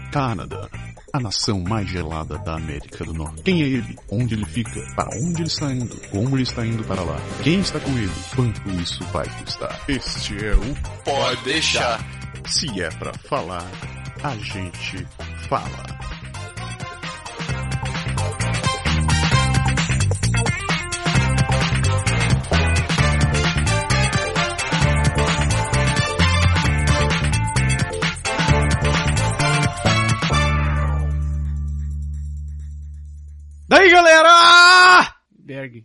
Canadá, a nação mais gelada da América do Norte. Quem é ele? Onde ele fica? Para onde ele está indo? Como ele está indo para lá? Quem está com ele? Quanto isso vai custar? Este é o Pode Deixar. Se é pra falar, a gente fala. Daí, galera! Berg.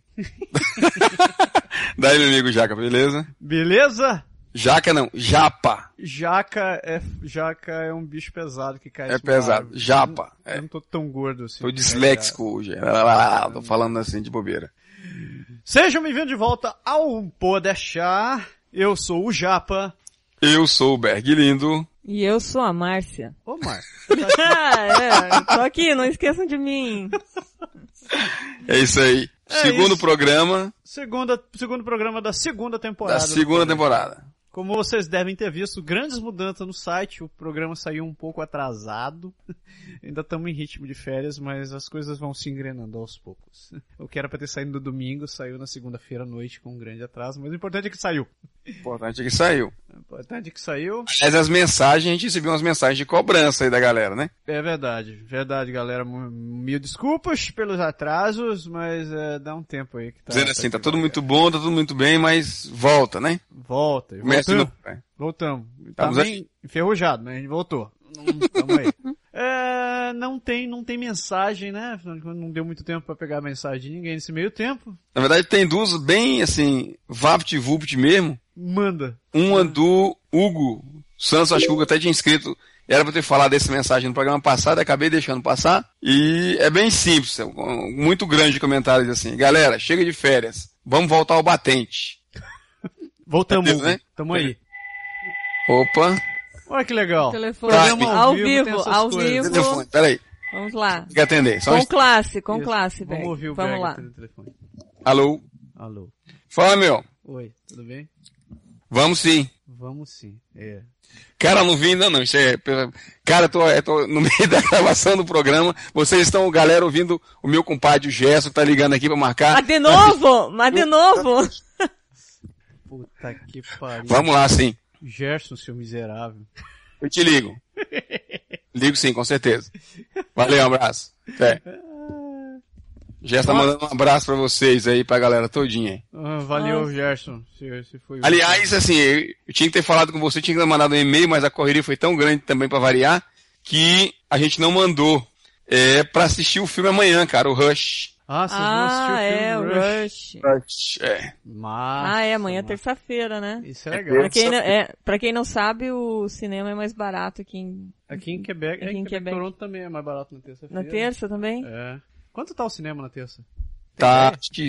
Daí, meu amigo Jaca, beleza? Beleza? Jaca não, Japa. Jaca é um bicho pesado que cai. É pesado, Japa. Eu não tô tão gordo assim. Tô disléxico hoje. Tô falando assim de bobeira. Sejam bem-vindos de volta ao Pode Deixar. Eu sou o Japa. Eu sou o Berg Lindo. E eu sou a Márcia. Ô, Márcia. Tô aqui, não esqueçam de mim. É isso aí. Segundo programa. Segundo programa da segunda temporada. Da segunda temporada. Como vocês devem ter visto, grandes mudanças no site. O programa saiu um pouco atrasado. Ainda estamos em ritmo de férias, mas as coisas vão se engrenando aos poucos. O que era para ter saído no domingo, saiu na segunda-feira à noite com um grande atraso, mas o importante é que saiu. Aliás, as mensagens, a gente recebeu umas mensagens de cobrança aí da galera, né? É verdade, galera. Mil desculpas pelos atrasos, mas dá um tempo aí que tá. Dizendo assim, tá tudo muito bom, tá tudo muito bem, mas volta, né? Volta. Voltamos. Tá bem enferrujado, mas a gente voltou. Tamo aí. Não tem mensagem, né? Não deu muito tempo pra pegar a mensagem de ninguém nesse meio tempo. Na verdade tem duas bem assim, vapt-vupt mesmo. Manda. Uma do Hugo Santos, acho que o Hugo até tinha inscrito, era pra ter falado dessa mensagem no programa passado, acabei deixando passar. E é bem simples, muito grande comentários assim. Galera, chega de férias, vamos voltar ao batente. Voltamos, né? Tamo aí. Opa. Olha que legal. Telefone ao vivo. Telefone, peraí. Vamos lá. Tem que atender. Com classe, velho. Vamos ouvir o Vamos lá. Telefone. Alô? Fala, meu. Oi, tudo bem? Vamos sim. Cara, não vi ainda não. Isso é... Cara, eu tô no meio da gravação do programa. Vocês estão, galera, ouvindo o meu compadre, o Gerson, que tá ligando aqui pra marcar. Mas de novo? Puta que pariu. Vamos lá, sim. Gerson, seu miserável. Eu te ligo. Ligo sim, com certeza. Valeu, um abraço. Gerson tá mandando um abraço pra vocês aí, pra galera todinha aí. Valeu, Gerson. Se foi Aliás, assim, eu tinha que ter falado com você, tinha que ter mandado um e-mail, mas a correria foi tão grande também pra variar, que a gente não mandou pra assistir o filme amanhã, cara, o Rush. Vocês vão assistir o filme Rush. Amanhã é terça-feira, né? Isso é legal. Pra quem não sabe, o cinema é mais barato aqui em Quebec. Aqui em Quebec. Toronto também é mais barato na terça-feira. Na terça também? Quanto tá o cinema na terça? Tá, acho que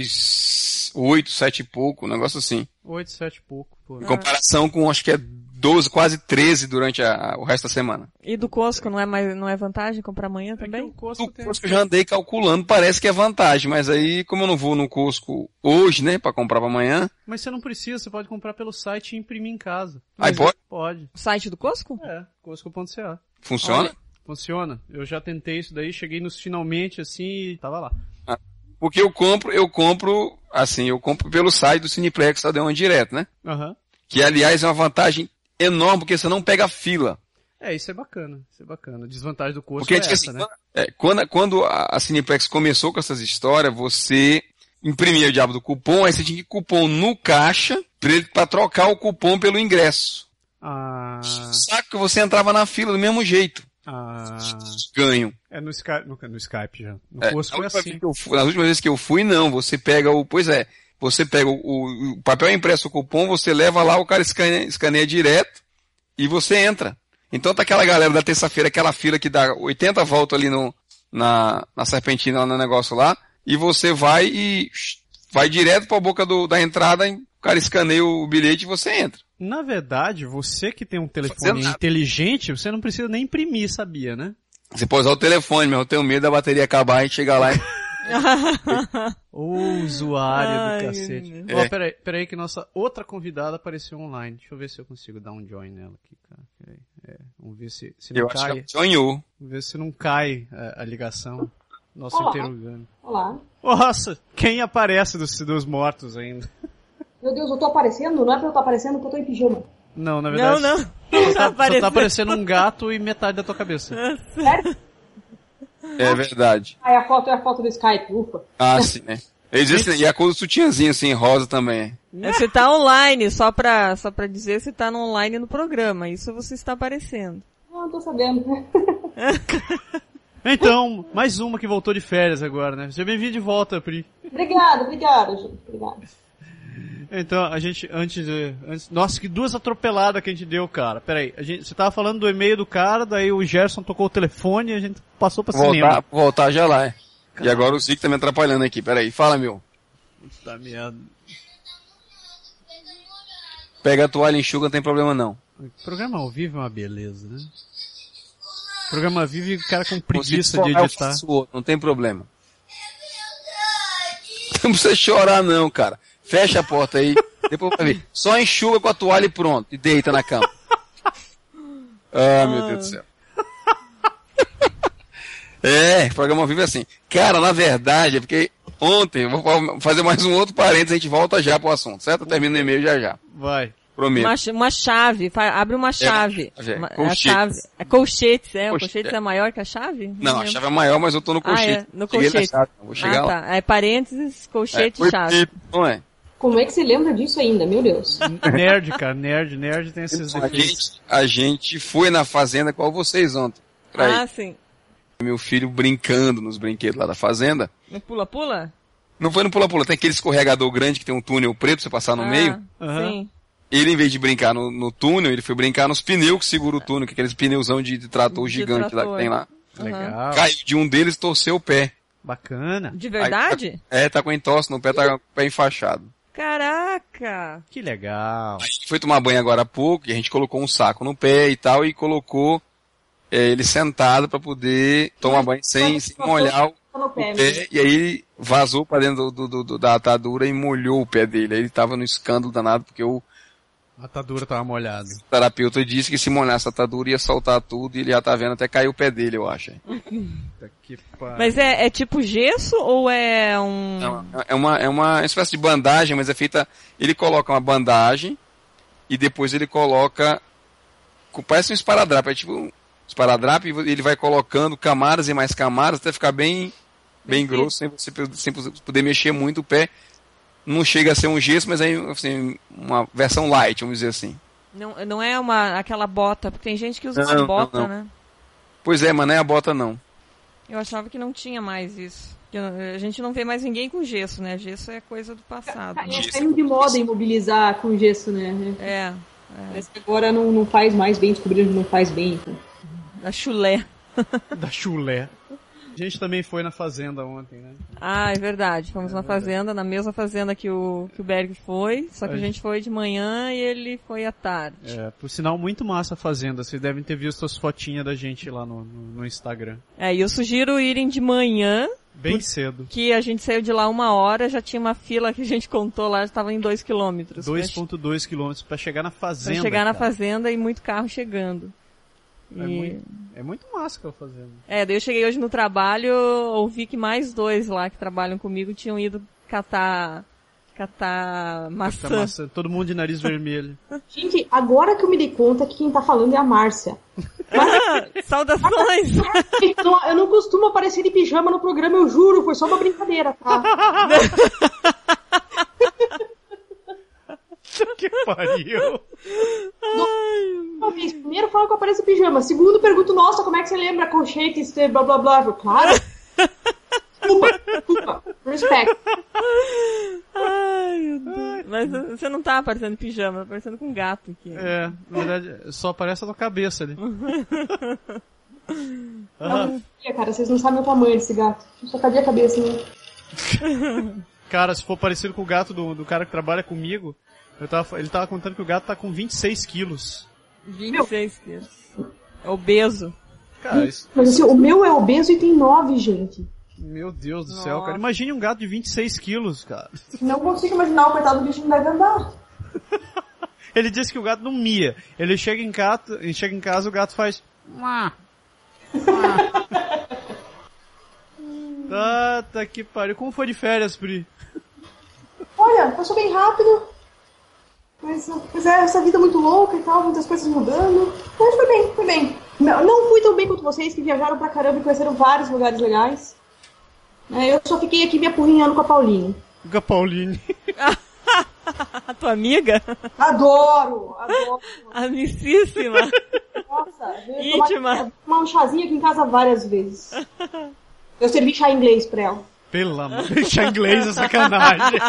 8, 7 e pouco, um negócio assim. 8, 7 e pouco. Pô. Em comparação com, acho que é 12, quase 13 durante o resto da semana. E do Costco não é vantagem comprar amanhã também? O Costco eu já andei calculando, parece que é vantagem, mas aí como eu não vou no Costco hoje, né, pra comprar pra amanhã... Mas você não precisa, você pode comprar pelo site e imprimir em casa. Aí pode? Pode. O site do Costco? Costco.ca. Funciona? Funciona. Eu já tentei isso daí, cheguei nos finalmente assim e tava lá. Porque eu compro pelo site do Cineplex Estadão direto, né? Que aliás é uma vantagem enorme, porque você não pega fila. Isso é bacana. Desvantagem do Costco porque, essa, né? Quando a Cineplex começou com essas histórias, você imprimia o diabo do cupom, aí você tinha que cupom no caixa pra trocar o cupom pelo ingresso. Saco que você entrava na fila do mesmo jeito. Ganho. No Skype já. No Costco é assim. Nas últimas vezes que eu fui, não. Você pega você pega o papel impresso, o cupom, você leva lá, o cara escaneia direto e você entra. Então tá aquela galera da terça-feira, aquela fila que dá 80 voltas ali na serpentina, lá no negócio lá, e você vai direto pra boca da entrada, o cara escaneia o bilhete e você entra. Na verdade, você que tem um telefone inteligente, você não precisa nem imprimir, sabia, né? Você pode usar o telefone, mas eu tenho medo da bateria acabar e chegar lá e... Ô, usuário do cacete. Peraí que nossa outra convidada apareceu online. Deixa eu ver se eu consigo dar um join nela aqui, cara. Vamos ver se não eu cai. acho que ela joinhou. Ver se não cai a ligação. Nosso interrogante. Olá. Nossa, quem aparece dos mortos ainda? Meu Deus, eu tô aparecendo? Não é pra eu estar aparecendo porque eu tô em pijama. Não, na verdade... Não. Só tá aparecendo um gato e metade da tua cabeça. Sério? É verdade. Ah, é a foto do Skype, ufa. Ah, sim, né? Eles dizem assim, e a cor do sutiãzinho, assim, rosa também. Você tá online, só pra dizer, você tá no online no programa. Isso você está aparecendo. Não tô sabendo. Então, mais uma que voltou de férias agora, né? Seja bem-vindo de volta, Pri. Obrigada, gente. Obrigada. Então, a gente, nossa, que duas atropeladas que a gente deu, cara. Peraí, você tava falando do e-mail do cara, daí o Gerson tocou o telefone e a gente passou pra cinema. Voltar já lá, é. E agora o Zico tá me atrapalhando aqui, peraí, fala, meu. Tá merda. Pega a toalha e enxuga, não tem problema não. Programa ao vivo é uma beleza, né? Programa ao vivo e o cara com preguiça de editar. Não tem problema. Não precisa chorar não, cara. Fecha a porta aí, depois vai ver. Só enxuga com a toalha e pronto, e deita na cama. Ah, meu Deus do céu. Programa ao vivo é assim. Cara, na verdade, é porque ontem, eu vou fazer mais um outro parênteses, a gente volta já pro assunto, certo? Eu termino o e-mail já. Vai. Prometo. Uma chave, abre uma chave. A chave. É colchetes, o colchetes é maior que a chave? Não, a chave é maior, mas eu tô no colchete. No colchete. Vou chegar lá. Tá. É parênteses, colchete e chave. Não é? Como é que você lembra disso ainda? Meu Deus. Nerd, cara, nerd tem esses defeitos. A gente foi na fazenda com vocês ontem. Sim. Meu filho brincando nos brinquedos lá da fazenda. No pula-pula? Não foi no pula-pula, tem aquele escorregador grande que tem um túnel preto pra você passar no meio. Sim. Ele, em vez de brincar no túnel, ele foi brincar nos pneus que segura o túnel, que é aqueles pneuzão de trator gigante lá que tem lá. Legal. Caiu de um deles, torceu o pé. Bacana. De verdade? Tá com entorse no pé, tá com o pé enfaixado. Caraca! Que legal. A gente foi tomar banho agora há pouco, e a gente colocou um saco no pé e tal, e colocou ele sentado pra poder tomar banho sem molhar o pé. E aí ele vazou pra dentro da atadura e molhou o pé dele. Aí ele tava no escândalo danado, porque a atadura tava molhada. O terapeuta disse que se molhasse a atadura ia soltar tudo e ele já tá vendo até cair o pé dele, eu acho. Mas é tipo gesso ou é um... É uma espécie de bandagem, mas é feita... Ele coloca uma bandagem e depois ele coloca... Parece um esparadrapo, é tipo um esparadrapo e ele vai colocando camadas e mais camadas até ficar bem grosso, sem poder mexer muito o pé. Não chega a ser um gesso, mas é assim, uma versão light, vamos dizer assim. Não é aquela bota, porque tem gente que usa bota, não. Né? Pois é, mas não é a bota não. Eu achava que não tinha mais isso. A gente não vê mais ninguém com gesso, né? Gesso é coisa do passado. É saindo de moda imobilizar com gesso, né? Parece que agora não faz mais bem, descobriram que não faz bem. Então. Da chulé. Da chulé. A gente também foi na fazenda ontem, né? Ah, é verdade. Fomos na fazenda, na mesma fazenda que o Berg foi, só que a gente foi de manhã e ele foi à tarde. Por sinal, muito massa a fazenda. Vocês devem ter visto as fotinhas da gente lá no Instagram. E eu sugiro irem de manhã. Bem cedo. Que a gente saiu de lá 1 hora, já tinha uma fila que a gente contou lá, já estava em 2 quilômetros. 2,2 quilômetros pra chegar na fazenda. Pra chegar na fazenda e muito carro chegando. É muito massa aquela fazenda. Daí eu cheguei hoje no trabalho, ouvi que mais 2 lá que trabalham comigo tinham ido catar maçã. Todo mundo de nariz vermelho. Gente, agora que eu me dei conta que quem tá falando é a Márcia. Saudações! Eu não costumo aparecer de pijama no programa, eu juro, foi só uma brincadeira, tá? Que pariu! Primeiro falo que eu apareço em pijama. Segundo, pergunto, nossa, como é que você lembra colchetes, blá blá blá. Claro. Desculpa. Respect. Ai, meu Deus. Mas você não tá aparecendo em pijama, tá aparecendo com um gato aqui. Na verdade, só aparece a tua cabeça ali. Cara, vocês não sabem o tamanho desse gato. Só cadê a cabeça, né? Cara, se for parecido com o gato do cara que trabalha comigo, ele tava contando que o gato tá com 26 quilos. 26 quilos. É obeso. Cara, isso... Mas assim, o meu é obeso e tem 9, gente. Meu Deus do céu, cara. Imagine um gato de 26 quilos, cara. Não consigo imaginar, o coitado do bicho não deve andar. Ele disse que o gato não mia. Ele chega em casa, o gato faz... tá que pariu. Como foi de férias, Pri? Olha, passou bem rápido. Mas essa vida é muito louca e tal, muitas coisas mudando. Mas foi bem. Não fui tão bem quanto vocês, que viajaram pra caramba e conheceram vários lugares legais. Eu só fiquei aqui me apurrinhando com a Pauline. Com a Pauline. A tua amiga? Adoro. Amicíssima. Nossa, íntima. Tomar um chazinho aqui em casa várias vezes. Eu servi chá inglês pra ela. Pelo amor de Deus, chá inglês é sacanagem.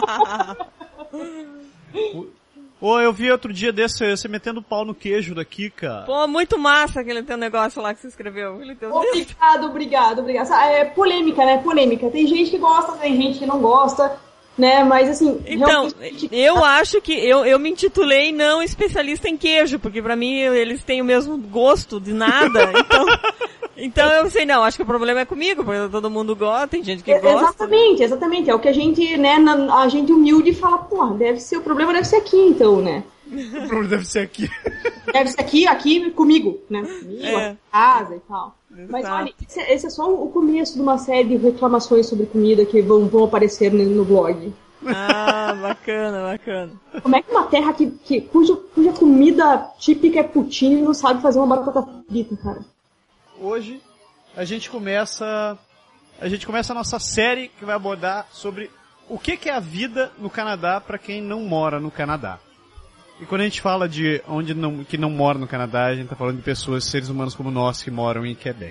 Eu vi outro dia desse, você metendo o pau no queijo daqui, cara. Pô, muito massa aquele teu negócio lá que você escreveu. Obrigado. É polêmica, né? Polêmica. Tem gente que gosta, tem gente que não gosta, né? Mas assim... Então, eu acho que eu me intitulei não especialista em queijo, porque pra mim eles têm o mesmo gosto de nada, então eu sei, não, acho que o problema é comigo, porque todo mundo gosta, tem gente que gosta. Exatamente. É o que a gente, né, a gente humilde fala, porra, o problema deve ser aqui, então, né? O problema deve ser aqui. Deve ser aqui comigo, né? Comigo, casa e tal. Exato. Mas olha, esse é só o começo de uma série de reclamações sobre comida que vão aparecer no blog. Ah, bacana. Como é que uma terra cuja comida típica é poutine não sabe fazer uma batata frita, cara? Hoje a gente começa a nossa série que vai abordar sobre o que é a vida no Canadá para quem não mora no Canadá. E quando a gente fala de que não mora no Canadá, a gente tá falando de pessoas, seres humanos como nós, que moram em Quebec.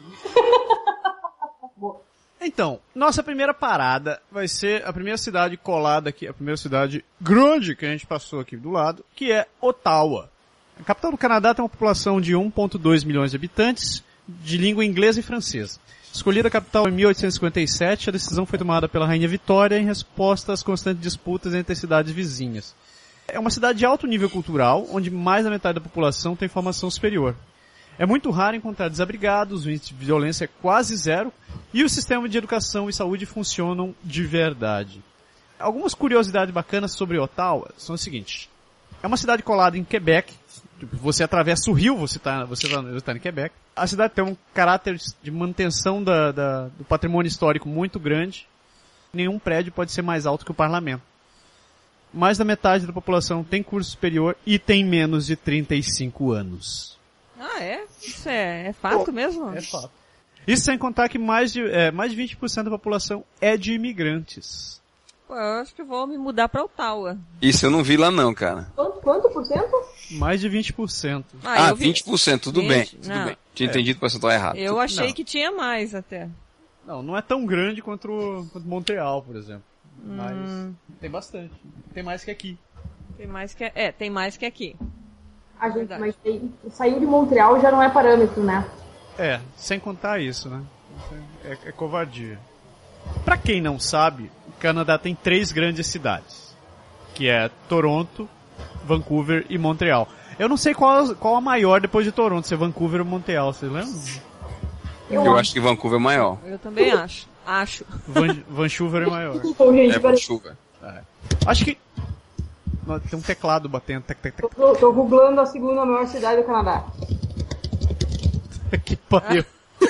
Então, nossa primeira parada vai ser a primeira cidade colada aqui, a primeira cidade grande que a gente passou aqui do lado, que é Ottawa. A capital do Canadá tem uma população de 1,2 milhões de habitantes, de língua inglesa e francesa. Escolhida a capital em 1857, a decisão foi tomada pela Rainha Vitória em resposta às constantes disputas entre as cidades vizinhas. É uma cidade de alto nível cultural, onde mais da metade da população tem formação superior. É muito raro encontrar desabrigados, o índice de violência é quase zero, e o sistema de educação e saúde funcionam de verdade. Algumas curiosidades bacanas sobre Ottawa são o seguinte. É uma cidade colada em Quebec. Você atravessa o rio, você tá em Quebec. A cidade tem um caráter de manutenção do patrimônio histórico muito grande. Nenhum prédio pode ser mais alto que o parlamento. Mais da metade da população tem curso superior e tem menos de 35 anos. Ah, é? Isso é fato mesmo? É fato. Isso sem contar que mais de 20% da população é de imigrantes. Pô, eu acho que eu vou me mudar pra Ottawa. Isso eu não vi lá não, cara. Quanto por cento? Mais de 20%. 20%, tudo bem. Tinha entendido o percentual errado. Eu achei que tinha mais até. Não é tão grande quanto Montreal, por exemplo. Mas tem bastante. Tem mais que aqui. Tem mais que aqui. Mas saiu de Montreal já não é parâmetro, né? Sem contar isso, né? É covardia. Pra quem não sabe, o Canadá tem 3 grandes cidades. Que é Toronto, Vancouver e Montreal. Eu não sei qual a maior depois de Toronto, se é Vancouver ou Montreal, vocês lembram? Eu acho que Vancouver é maior. Eu também acho. Vancouver é maior. Vancouver. Acho que... Tem um teclado batendo. Tô googlando a segunda maior cidade do Canadá. Que pariu.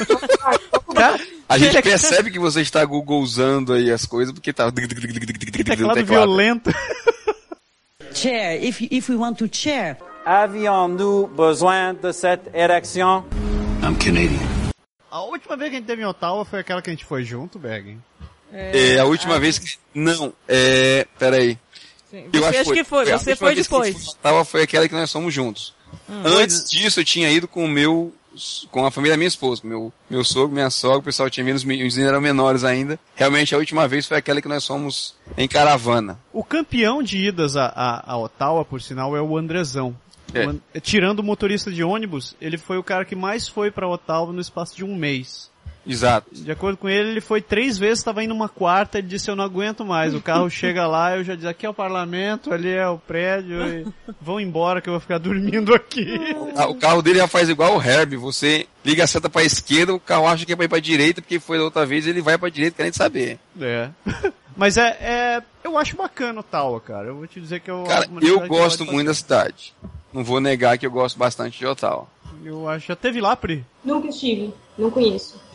A gente percebe que você está usando aí as coisas porque tá... Teclado violento. Chair, if we want to chair. Avions-nous besoin de cette érection? I'm Canadian. A última vez que a gente teve em Ottawa foi aquela que a gente foi junto, Berg? A última vez que... Não, peraí. Eu acho que foi. Você foi depois. Ottawa foi aquela que nós fomos juntos. Antes disso eu tinha ido com a família da minha esposa, meu sogro, minha sogra, o pessoal tinha menos, os meninos eram menores ainda. Realmente a última vez foi aquela que nós fomos em caravana. O campeão de idas a Ottawa, por sinal, é o Andrezão. Tirando o motorista de ônibus, ele foi o cara que mais foi para Ottawa no espaço de um mês. Exato. De acordo com ele foi 3 vezes, estava indo uma quarta, ele disse, eu não aguento mais, o carro chega lá, eu já disse, aqui é o parlamento, ali é o prédio, e vão embora que eu vou ficar dormindo aqui. O carro dele já faz igual o Herb, você liga a seta pra esquerda, o carro acha que é pra ir pra direita, porque foi da outra vez, ele vai pra direita querendo saber. Mas eu acho bacana o Ottawa, cara, eu vou te dizer que eu gosto muito da cidade. Não vou negar que eu gosto bastante de Ottawa. Eu acho, já teve lá, Pri? Nunca estive, não conheço.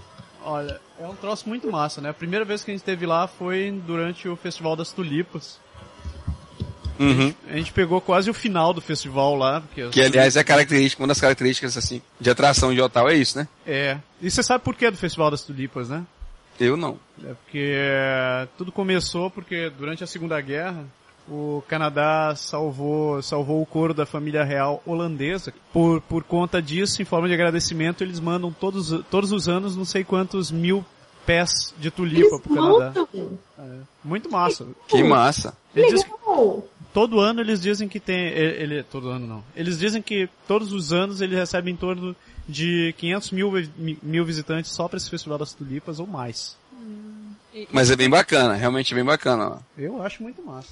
Olha, é um troço muito massa, né? A primeira vez que a gente esteve lá foi durante o Festival das Tulipas. Uhum. A gente pegou quase o final do festival lá. Que, aliás, é característica, uma das características, assim, de atração de Ottawa é isso, né? É. E você sabe por que do Festival das Tulipas, né? Eu não. É porque tudo começou porque durante a Segunda Guerra o Canadá salvou o couro da família real holandesa. Por conta disso, em forma de agradecimento, eles mandam todos os anos não sei quantos mil pés de tulipa pro Canadá. É, muito massa. Que massa. Todo ano eles dizem que tem... todo ano não. Eles dizem que todos os anos eles recebem em torno de 500 mil visitantes só para esse Festival das Tulipas ou mais. Mas é bem bacana, realmente bem bacana lá. Eu acho muito massa.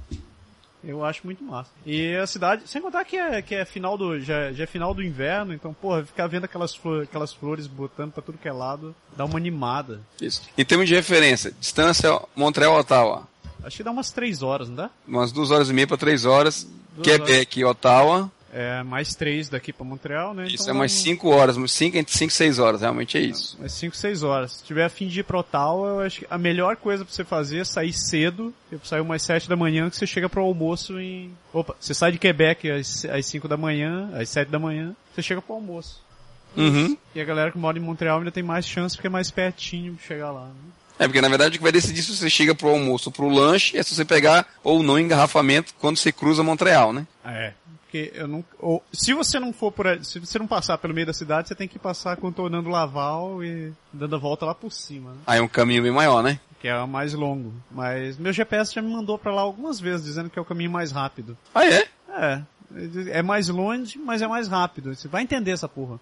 E a cidade, sem contar que é final já é final do inverno, então, porra, ficar vendo aquelas flores botando pra tudo que é lado, dá uma animada. Isso. Em termos de referência, distância Montreal-Ottawa. Acho que dá umas 3 horas, não dá? Umas 2h30 para 3 horas. Quebec e Ottawa. É, mais 3 daqui pra Montreal, né? Isso, então é mais 5 horas, entre 5 e 6 horas, realmente é isso. Mais 5, 6 horas. Se tiver a fim de ir pra Ottawa, eu acho que a melhor coisa pra você fazer é sair cedo. Eu saio umas 7 da manhã, que você chega pro almoço em... Opa, você sai de Quebec às 5 da manhã, às 7 da manhã, você chega pro almoço. Uhum. E a galera que mora em Montreal ainda tem mais chance, porque é mais pertinho de chegar lá, né? É, porque na verdade o que vai decidir se você chega pro almoço ou pro lanche é se você pegar ou não engarrafamento quando você cruza Montreal, né? É. Porque eu não... se você não for por... Se você não passar pelo meio da cidade, você tem que passar contornando Laval e dando a volta lá por cima, né? Aí é um caminho bem maior, né? Que é mais longo. Mas meu GPS já me mandou pra lá algumas vezes, dizendo que é o caminho mais rápido. Ah, é? É. É mais longe, mas é mais rápido. Você vai entender essa porra.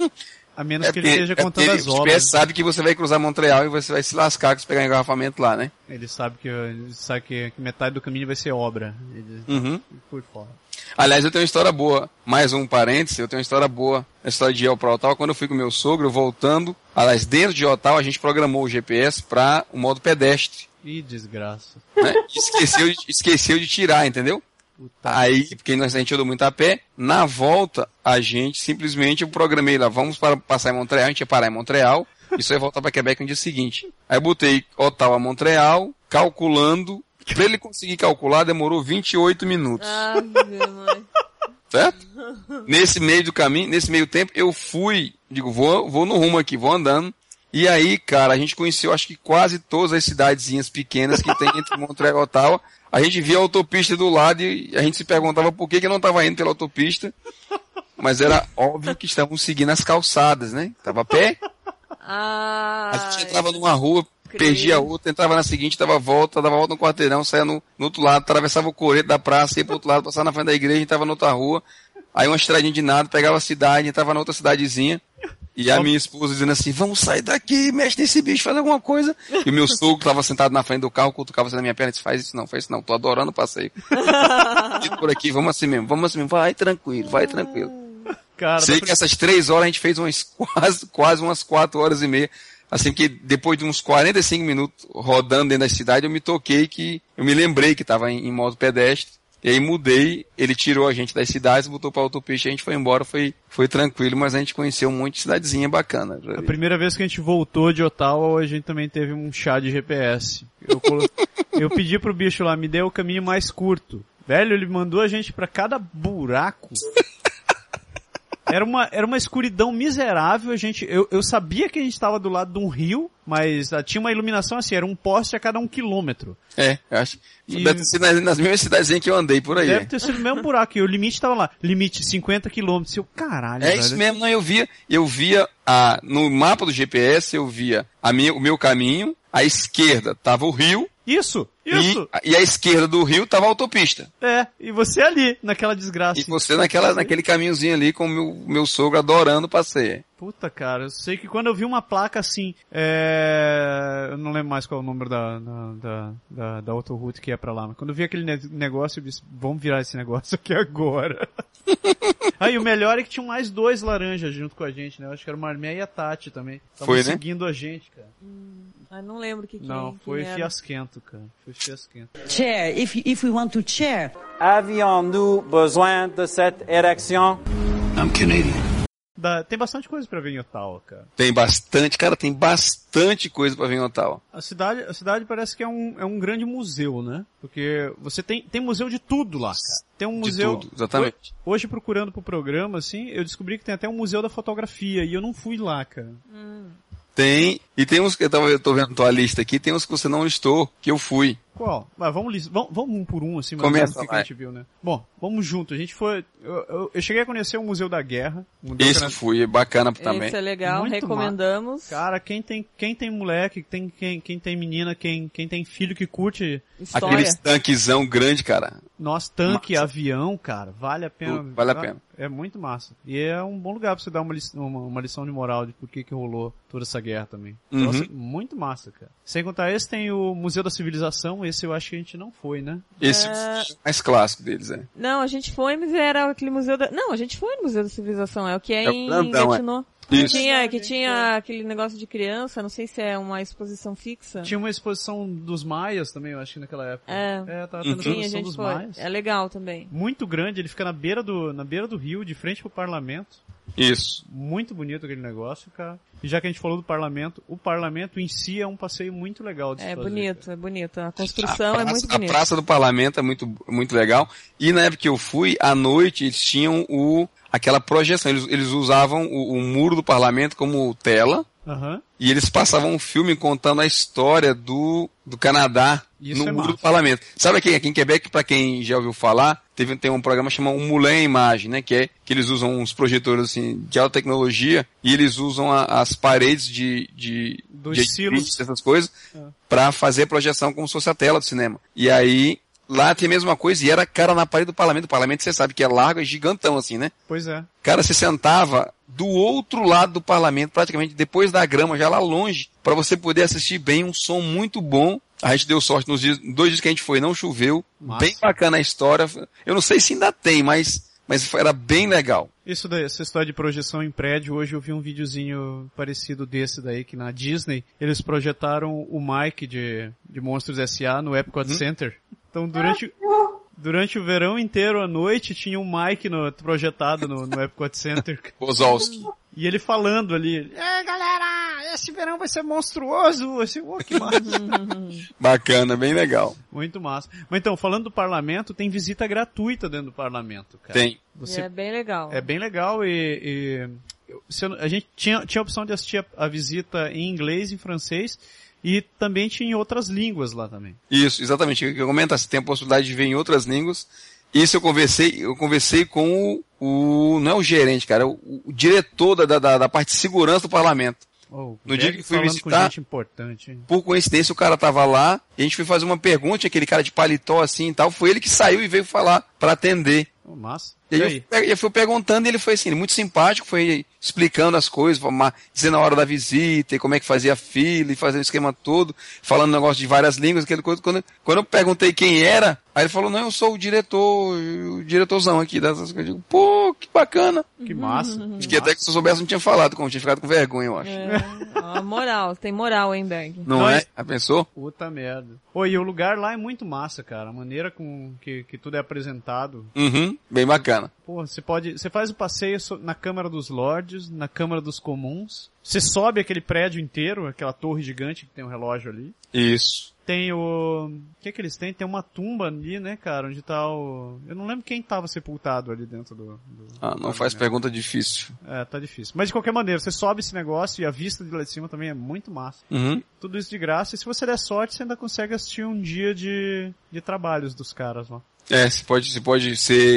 A menos que ele esteja contando as obras. Ele sabe que você vai cruzar Montreal e você vai se lascar se pegar engarrafamento lá, né? Ele sabe que metade do caminho vai ser obra. Uhum. Por fora. Aliás, eu tenho uma história boa. Mais um parêntese, eu tenho uma história boa. A história de ir pra Ottawa, quando eu fui com meu sogro, voltando. Aliás, dentro de Ottawa, a gente programou o GPS para o modo pedestre. Ih, desgraça. Né? Esqueceu de tirar, entendeu? Aí, porque a gente andou muito a pé, na volta, a gente simplesmente, eu programei lá, vamos passar em Montreal, a gente ia parar em Montreal, e só ia voltar para Quebec no dia seguinte. Aí eu botei Ottawa, Montreal, calculando, pra ele conseguir calcular, demorou 28 minutos. Ah, meu mãe. Certo? Nesse meio do caminho, nesse meio tempo, eu fui, vou no rumo aqui, vou andando, e aí, cara, a gente conheceu, acho que quase todas as cidadezinhas pequenas que tem entre Montreal e Ottawa. A gente via a autopista do lado e a gente se perguntava por que não estava indo pela autopista. Mas era óbvio que estavam seguindo as calçadas, né? Tava a pé. A gente entrava numa rua, perdia a outra, entrava na seguinte, dava volta no quarteirão, saia no outro lado, atravessava o coreto da praça, ia pro outro lado, passava na frente da igreja, entrava na outra rua. Aí uma estradinha de nada, pegava a cidade, entrava na outra cidadezinha. E a minha esposa dizendo assim, vamos sair daqui, mexe nesse bicho, faz alguma coisa. E o meu sogro estava sentado na frente do carro, cutucava assim na minha perna e disse, faz isso não, tô adorando o passeio. E por aqui, vamos assim mesmo, vai tranquilo. Cara, sei que essas 3 horas a gente fez quase umas 4 horas e meia. Assim que depois de uns 45 minutos rodando dentro da cidade, eu me toquei eu me lembrei que estava em modo pedestre. E aí mudei, ele tirou a gente das cidades, botou pra autopista e a gente foi embora, foi tranquilo, mas a gente conheceu um monte de cidadezinha bacana. A primeira vez que a gente voltou de Ottawa, a gente também teve um chá de GPS. Eu pedi pro bicho lá, me dê o caminho mais curto. Velho, ele mandou a gente pra cada buraco. Era uma escuridão miserável, eu sabia que a gente estava do lado de um rio, mas tinha uma iluminação assim, era um poste a cada 1 quilômetro. É, eu acho. Deve ter sido nas mesmas cidadezinhas que eu andei por aí. Deve ter sido o mesmo buraco, e o limite estava lá, limite 50 quilômetros, eu, caralho. É velho. Isso mesmo, não, eu via no mapa do GPS, eu via o meu caminho, à esquerda tava o rio. Isso. E à esquerda do rio tava a autopista. É, e você ali, naquela desgraça. E você naquele caminhozinho ali com o meu sogro adorando o passeio. Puta, cara, eu sei que quando eu vi uma placa assim, eu não lembro mais qual é o número da autoroute que é pra lá, mas quando eu vi aquele negócio, eu disse, vamos virar esse negócio aqui agora. Aí o melhor é que tinham mais 2 laranjas junto com a gente, né? Eu acho que era o Marmé e a Tati também. Estavam seguindo a gente, cara. Não lembro o que Não, foi fiasquento, cara. Foi fiasquento. Chair, if we want to chair. Avions-nous besoin de cette érection? I'm Canadian. Tem bastante coisa pra ver em Ottawa, cara. Tem bastante coisa pra ver em Ottawa. A cidade parece que é um grande museu, né? Porque você tem museu de tudo lá, cara. Tem um museu... De tudo, exatamente. Hoje, procurando pro programa, assim, eu descobri que tem até um museu da fotografia, e eu não fui lá, cara. Tem, e tem uns que eu tô vendo a tua lista aqui, tem uns que você não listou, que eu fui. Qual? Vamos um por um, assim, mas Começa, o que a gente viu, né? Bom, vamos junto. A gente foi... Eu cheguei a conhecer o Museu da Guerra. Esse eu fui, bacana também. Esse é legal, Muito recomendamos. Cara, quem tem moleque, quem tem menina, quem tem filho que curte... História. Aqueles tanquezão grande, cara. Nossa, tanque, Massa. Avião, cara, vale a pena. Vale a pena. É muito massa. E é um bom lugar pra você dar uma lição de moral de por que rolou toda essa guerra também. Nossa, muito massa, cara. Sem contar esse, tem o Museu da Civilização, esse eu acho que a gente não foi, né? Esse é o mais clássico deles, é. Não, a gente foi, mas era aquele museu da... Não, a gente foi no Museu da Civilização, é o que é É o em grandão, Gatineau. Isso. Que tinha aquele negócio de criança, não sei se é uma exposição fixa. Tinha uma exposição dos maias também, eu acho que naquela época. Tava tendo Sim, a exposição gente dos foi. maias. É legal também. Muito grande, ele fica na beira do rio, de frente pro parlamento. Isso. Muito bonito aquele negócio, cara. E já que a gente falou do parlamento, o parlamento em si é um passeio muito legal de se fazer. É bonito. A construção é muito bonita. A praça do parlamento é muito legal. E na época que eu fui, à noite, eles tinham aquela projeção. Eles usavam o muro do parlamento como tela. Uhum. E eles passavam um filme contando a história do Canadá Isso no é muro massa. do parlamento. Sabe aqui em Quebec, pra quem já ouviu falar, tem um programa chamado Moulin Imagem, né? Que eles usam uns projetores assim, de alta tecnologia e eles usam as paredes de silos, essas coisas, pra fazer a projeção como se fosse a tela do cinema. E aí, lá tem a mesma coisa, e era cara na parede do parlamento. O parlamento, você sabe que é largo, é gigantão assim, né? Pois é. Cara, você sentava do outro lado do parlamento, praticamente depois da grama, já lá longe, para você poder assistir bem, um som muito bom. A gente deu sorte nos 2 dias que a gente foi, não choveu. Massa. Bem bacana a história. Eu não sei se ainda tem, mas era bem legal. Essa história de projeção em prédio, hoje eu vi um videozinho parecido desse daí, que na Disney, eles projetaram o Mike de Monstros S.A. no Epcot Center. Então, durante o verão inteiro, à noite, tinha um Mike projetado no Epcot Center. Kozolski. E ele falando ali, galera, esse verão vai ser monstruoso, que massa. Bacana, bem legal. Muito massa. Mas então, falando do parlamento, tem visita gratuita dentro do parlamento, cara. Tem. É bem legal. É bem legal a gente tinha a opção de assistir a visita em inglês e em francês, e também tinha em outras línguas lá também. Isso, exatamente. Eu comento, você tem a possibilidade de ver em outras línguas. Isso eu conversei com não é o gerente, cara, o diretor da parte de segurança do parlamento. No dia que fui visitar, com gente importante, hein? Por coincidência o cara tava lá, e a gente foi fazer uma pergunta, aquele cara de paletó assim e tal, foi ele que saiu e veio falar pra atender. Massa. E aí eu fui perguntando e ele foi assim, muito simpático, foi explicando as coisas, dizendo a hora da visita, e como é que fazia a fila, e fazendo o esquema todo, falando negócio de várias línguas, aquela coisa. Quando eu perguntei quem era, aí ele falou, não, eu sou o diretorzão aqui dessas coisas. Eu digo, pô, que bacana. Que massa. Acho que até que se eu soubesse não tinha falado, como tinha ficado com vergonha, eu acho. Moral, tem moral, hein, Berg? Não é? Já pensou? Puta merda. E o lugar lá é muito massa, cara. A maneira com que tudo é apresentado. Bem bacana. Pô, você faz o passeio na Câmara dos Lordes, na Câmara dos Comuns. Você sobe aquele prédio inteiro, aquela torre gigante que tem um relógio ali. Isso. Tem o que eles têm? Tem uma tumba ali, né, cara, onde tá eu não lembro quem tava sepultado ali dentro do não faz pergunta difícil. Tá difícil. Mas de qualquer maneira, você sobe esse negócio e a vista de lá de cima também é muito massa. Tudo isso de graça. E se você der sorte, você ainda consegue assistir um dia de trabalhos dos caras lá. Você pode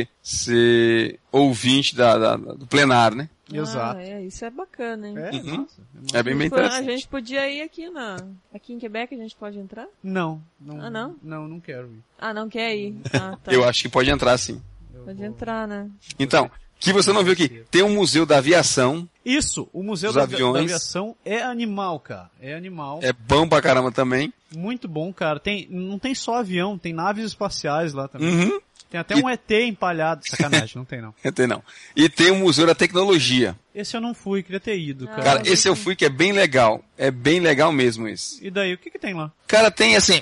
ser ouvinte do plenário, né? Exato. Isso é bacana, hein? Massa. É bem interessante. A gente podia ir aqui em Quebec, a gente pode entrar? Não. Não? Não quero ir. Não quer ir. Tá. Eu acho que pode entrar, sim. Pode entrar, né? Então, que você não viu aqui, tem um museu da aviação. Isso, o museu da aviação é animal, cara. É animal. É bom pra caramba também. Muito bom, cara. Não tem só avião, tem naves espaciais lá também. Tem até um ET empalhado. Sacanagem, não tem não. Tem não. E tem o Museu da Tecnologia. Esse eu não fui, queria ter ido, cara. Cara, esse eu fui que é bem legal. É bem legal mesmo esse. E daí, o que tem lá? Cara, tem assim,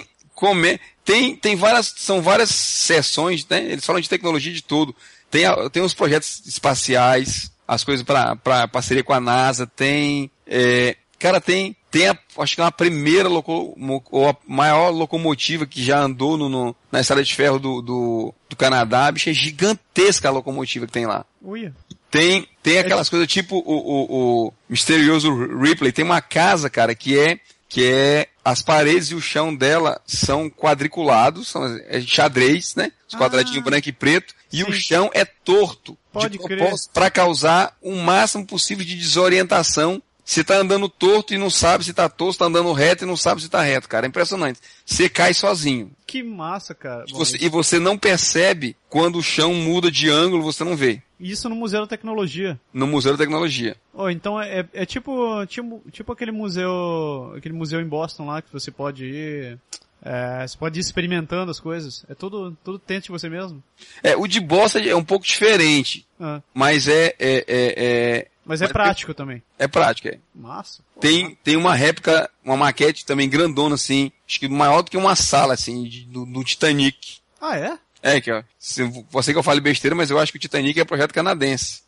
são várias seções, né? Eles falam de tecnologia de tudo. Tem os projetos espaciais, as coisas pra parceria com a NASA, tem... cara, tem acho que é uma primeira ou a maior locomotiva que já andou na estrada de ferro do Canadá. Bicho, é gigantesca a locomotiva que tem lá. Uia. Tem aquelas coisas tipo o misterioso Ripley. Tem uma casa, cara, que é as paredes e o chão dela são quadriculados, são xadrez, né? Os quadradinhos branco e preto. E o chão é torto. Pode de propósito para causar o máximo possível de desorientação. Você tá andando torto e não sabe se tá torto, tá andando reto e não sabe se tá reto, cara. É impressionante. Você cai sozinho. Que massa, cara. E você não percebe quando o chão muda de ângulo, você não vê. Isso no Museu da Tecnologia. No Museu da Tecnologia. Então é tipo aquele museu em Boston lá que você pode ir... você pode ir experimentando as coisas. É tudo tente você mesmo. O de Boston é um pouco diferente. Mas Mas é prático também. É prático, Massa. Tem uma réplica, uma maquete também grandona, assim, acho que maior do que uma sala, assim, do Titanic. Ah, é? Você que eu fale besteira, mas eu acho que o Titanic é projeto canadense.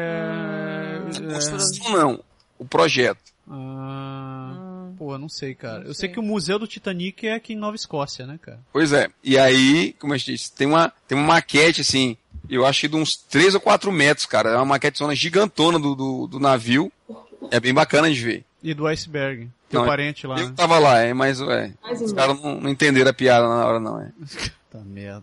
Não, o projeto. Pô, não sei, cara. Eu sei que o Museu do Titanic é aqui em Nova Escócia, né, cara? Pois é. E aí, como eu disse, tem uma maquete, assim, eu acho que de uns 3 ou 4 metros, cara. É uma maquetezona gigantona do navio. É bem bacana de ver. E do iceberg. Teu parente lá. Eu tava lá, mas os caras não entenderam a piada na hora, não. Tá merda.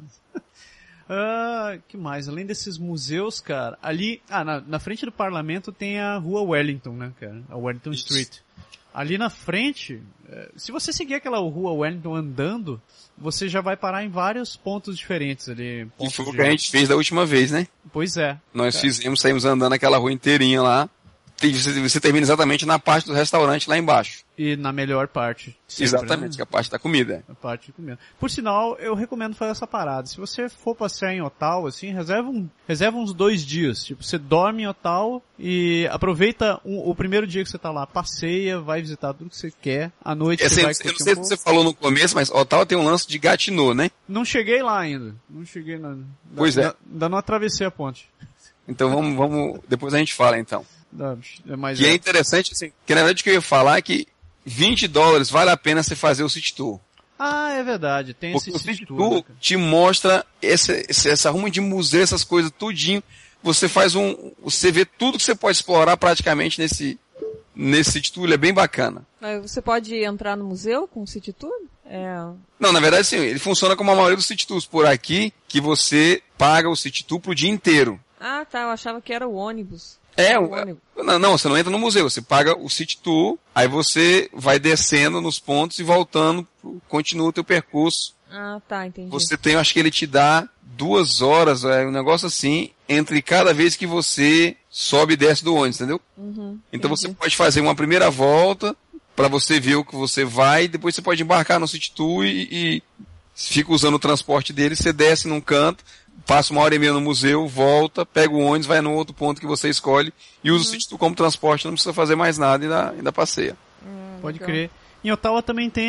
Que mais? Além desses museus, cara, ali, na frente do parlamento tem a rua Wellington, né, cara? A Wellington Street. Ali na frente, se você seguir aquela rua Wellington andando, você já vai parar em vários pontos diferentes ali. Que foi o que a gente fez da última vez, né? Pois é. Nós saímos andando aquela rua inteirinha lá. Você termina exatamente na parte do restaurante lá embaixo. E na melhor parte. Sempre, exatamente, né? Que é a parte da comida. A parte de comida. Por sinal, eu recomendo fazer essa parada. Se você for passear em Ottawa, assim, reserva uns 2 dias. Tipo, você dorme em Ottawa e aproveita o primeiro dia que você tá lá. Passeia, vai visitar tudo que você quer. À noite você vai curtir. Eu não sei se você falou no começo, mas Ottawa tem um lance de Gatineau, né? Não cheguei lá ainda. Pois é. Ainda não atravessei a ponte. Então vamos depois a gente fala, então. Mas é interessante, assim, que na verdade o que eu ia falar é que $20 vale a pena você fazer o City Tour. É verdade, tem porque esse City Tour te mostra essa ruma de museu, essas coisas, tudinho. Você você vê tudo que você pode explorar praticamente nesse City Tour, ele é bem bacana. Você pode entrar no museu com o City Tour? Não, na verdade sim, ele funciona como a maioria dos City Tours por aqui, que você paga o City Tour pro dia inteiro. Tá, eu achava que era o ônibus. Não, você não entra no museu, você paga o City Tour, aí você vai descendo nos pontos e voltando, continua o teu percurso. Tá, entendi. Você tem, acho que ele te dá 2 horas, um negócio assim, entre cada vez que você sobe e desce do ônibus, entendeu? Então você pode fazer uma primeira volta, para você ver o que você vai, depois você pode embarcar no City Tour e fica usando o transporte dele, você desce num canto, passa 1h30 no museu, volta, pega o ônibus, vai no outro ponto que você escolhe e usa o City Tour como transporte, não precisa fazer mais nada e ainda passeia. Pode crer. Em Ottawa também tem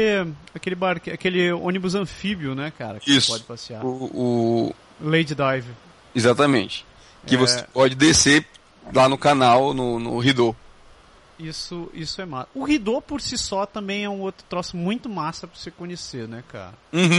aquele ônibus anfíbio, né, cara? Que Isso. Você pode passear. O Lady Dive. Exatamente. Que você pode descer lá no canal, no Rideau. Isso é massa. O Rideau por si só também é um outro troço muito massa pra você conhecer, né, cara?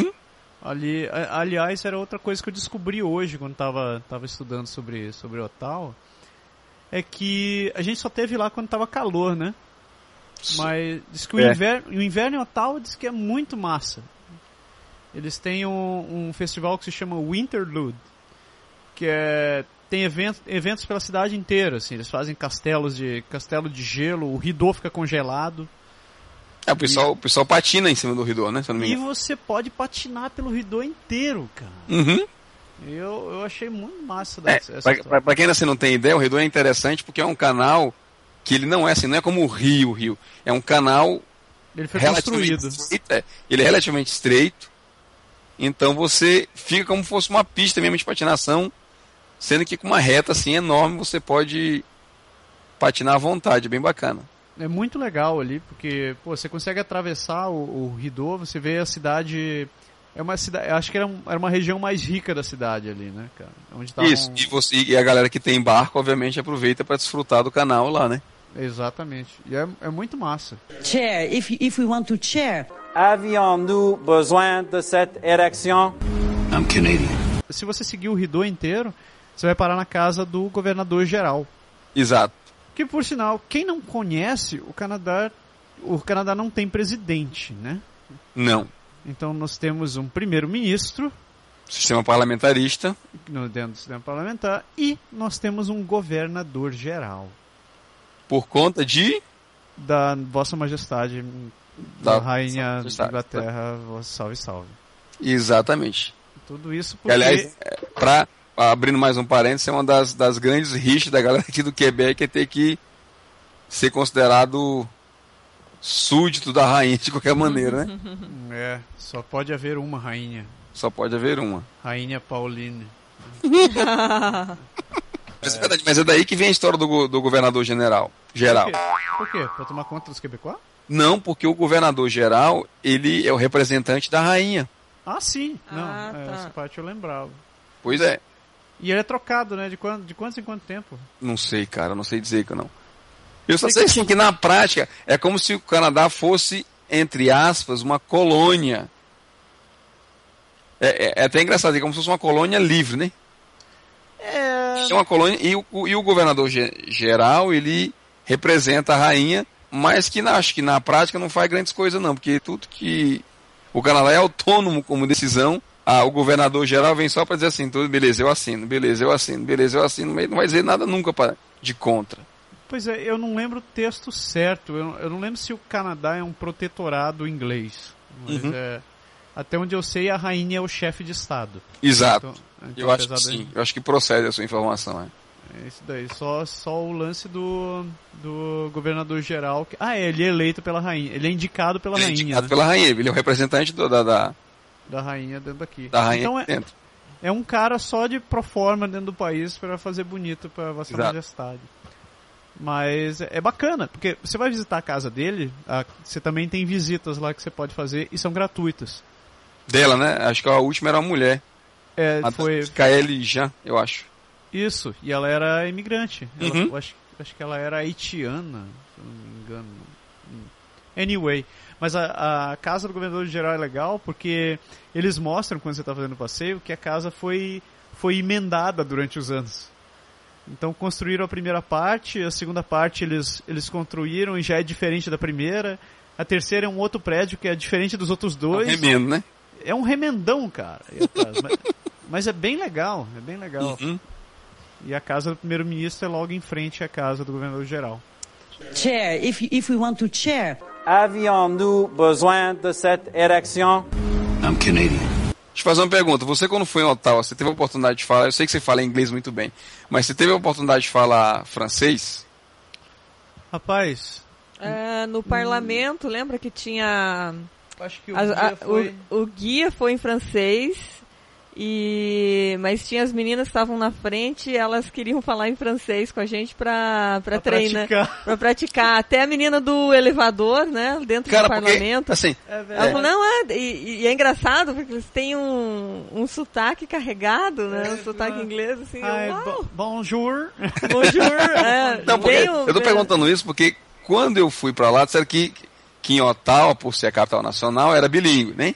Aliás, era outra coisa que eu descobri hoje quando tava estudando sobre Ottawa. É que a gente só teve lá quando tava calor, né? Mas diz que o inverno em Ottawa diz que é muito massa. Eles têm um festival que se chama Winterlude, que tem eventos pela cidade inteira, assim. Eles fazem castelo de gelo, o Rideau fica congelado. O pessoal patina em cima do Rideau, né? Se eu não me engano. E você pode patinar pelo Rideau inteiro, cara. Eu achei muito massa pra quem ainda não tem ideia, o Rideau é interessante porque é um canal que ele não é assim, não é como o Rio. É um canal ele foi construído. Estreito, ele é relativamente estreito. Então você fica como se fosse uma pista mesmo de patinação, sendo que com uma reta assim enorme você pode patinar à vontade, bem bacana. É muito legal ali, porque você consegue atravessar o Rideau, você vê a cidade É uma cidade, acho que era uma região mais rica da cidade ali, né, cara? Onde tavam... Isso, e a galera que tem barco, obviamente, aproveita para desfrutar do canal lá, né? Exatamente. E é muito massa. Chair, if we want to chair. Avions-nous besoin de cette érection? I'm Canadian. Se você seguir o Rideau inteiro, você vai parar na casa do governador geral. Exato. Que, por sinal, quem não conhece, o Canadá não tem presidente, né? Não. Então nós temos um primeiro-ministro Sistema parlamentarista. dentro do sistema parlamentar e nós temos um governador geral. Por conta de... Da Vossa Majestade, da Rainha da Inglaterra, salve, salve. Exatamente. Tudo isso porque... Que, aliás, abrindo mais um parênteses, é uma das grandes rixas da galera aqui do Quebec é ter que ser considerado súdito da rainha de qualquer maneira, né? Só pode haver uma rainha. Só pode haver uma. Rainha Pauline. Mas é verdade, mas é daí que vem a história do governador geral. Por quê? Pra tomar conta dos quebecois? Não, porque o governador geral, ele é o representante da rainha. Ah, sim. Não, tá. essa parte eu lembrava. Pois é. E ele é trocado, né? De quanto em quanto tempo? Não sei, cara, não sei dizer que não. Eu só sei assim, que na prática é como se o Canadá fosse, entre aspas, uma colônia. É até engraçado, é como se fosse uma colônia livre, né? É uma colônia e o governador geral, ele representa a rainha, mas que acho que na prática não faz grandes coisas não, porque tudo que o Canadá é autônomo como decisão, o governador geral vem só para dizer assim, tudo beleza, eu assino, beleza, eu assino, beleza, eu assino, mas não vai dizer nada nunca de contra. Pois é, eu não lembro o texto certo, eu não lembro se o Canadá é um protetorado inglês, mas até onde eu sei a rainha é o chefe de estado. Exato. Então, eu acho que sim, eu acho que procede a sua informação. É isso daí, só o lance do governador geral. Ele é eleito pela rainha, ele é indicado pela rainha. Indicado pela rainha, ele é o representante da rainha dentro daqui. Da rainha então dentro. É um cara só de proforma dentro do país para fazer bonito para Vossa Majestade. Mas é bacana, porque você vai visitar a casa dele, você também tem visitas lá que você pode fazer e são gratuitas. Dela, né? Acho que a última era uma mulher. Foi Kaeli Jean, eu acho. Isso, e ela era imigrante. Eu acho que ela era haitiana, se eu não me engano. Anyway, mas a casa do governador geral é legal porque eles mostram, quando você está fazendo o passeio, que a casa foi emendada durante os anos. Então construíram a primeira parte, a segunda parte eles construíram e já é diferente da primeira. A terceira é um outro prédio que é diferente dos outros dois. É um remendo, né? É um remendão, cara. Mas é bem legal, é bem legal. E a casa do primeiro-ministro é logo em frente à casa do governador geral. Chair, if we want to chair. Avions-nous besoin de cette érection? I'm Canadian. Deixa eu fazer uma pergunta. Você, quando foi em Ottawa, você teve a oportunidade de falar... Eu sei que você fala inglês muito bem, mas você teve a oportunidade de falar francês? Rapaz... no parlamento, lembra que tinha... Acho que o guia foi em francês, mas tinha as meninas que estavam na frente e elas queriam falar em francês com a gente pra treinar, pra praticar. Até a menina do elevador, né, dentro do parlamento. Porque, assim, ela falou, não, e é engraçado porque eles têm um sotaque carregado, né, um sotaque inglês, assim, bonjour. Bonjour, não, porque eu tô perguntando isso porque quando eu fui pra lá, disseram que em Ottawa, por ser a capital nacional, era bilíngue, né?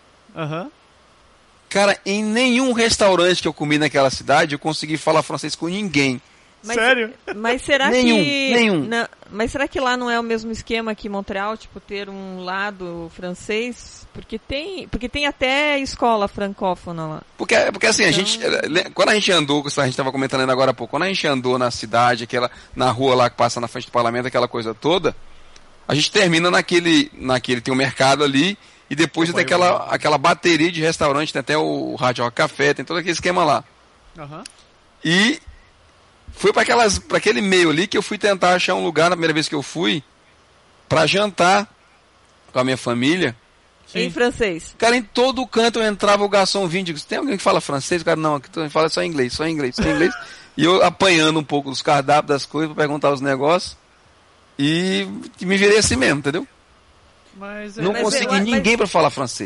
Cara, em nenhum restaurante que eu comi naquela cidade eu consegui falar francês com ninguém. Sério? Mas será nenhum. Mas será que lá não é o mesmo esquema que em Montreal, tipo, ter um lado francês? Porque tem até escola francófona lá. Porque assim, quando a gente andou, a gente estava comentando ainda agora há pouco, quando a gente andou na cidade, na rua lá que passa na frente do parlamento, aquela coisa toda, a gente termina naquele tem um mercado ali, e depois tem aquela bateria de restaurante, tem até o Rádio Rock Café, tem todo aquele esquema lá. E foi para aquele meio ali que eu fui tentar achar um lugar, na primeira vez que eu fui, para jantar com a minha família. Em francês. Cara, em todo canto eu entrava, o garçom vinha e digo, tem alguém que fala francês? O cara, não, aqui fala só inglês. E eu apanhando um pouco dos cardápios, das coisas, para perguntar os negócios. E me virei assim mesmo, entendeu? Não consegui ninguém para falar francês.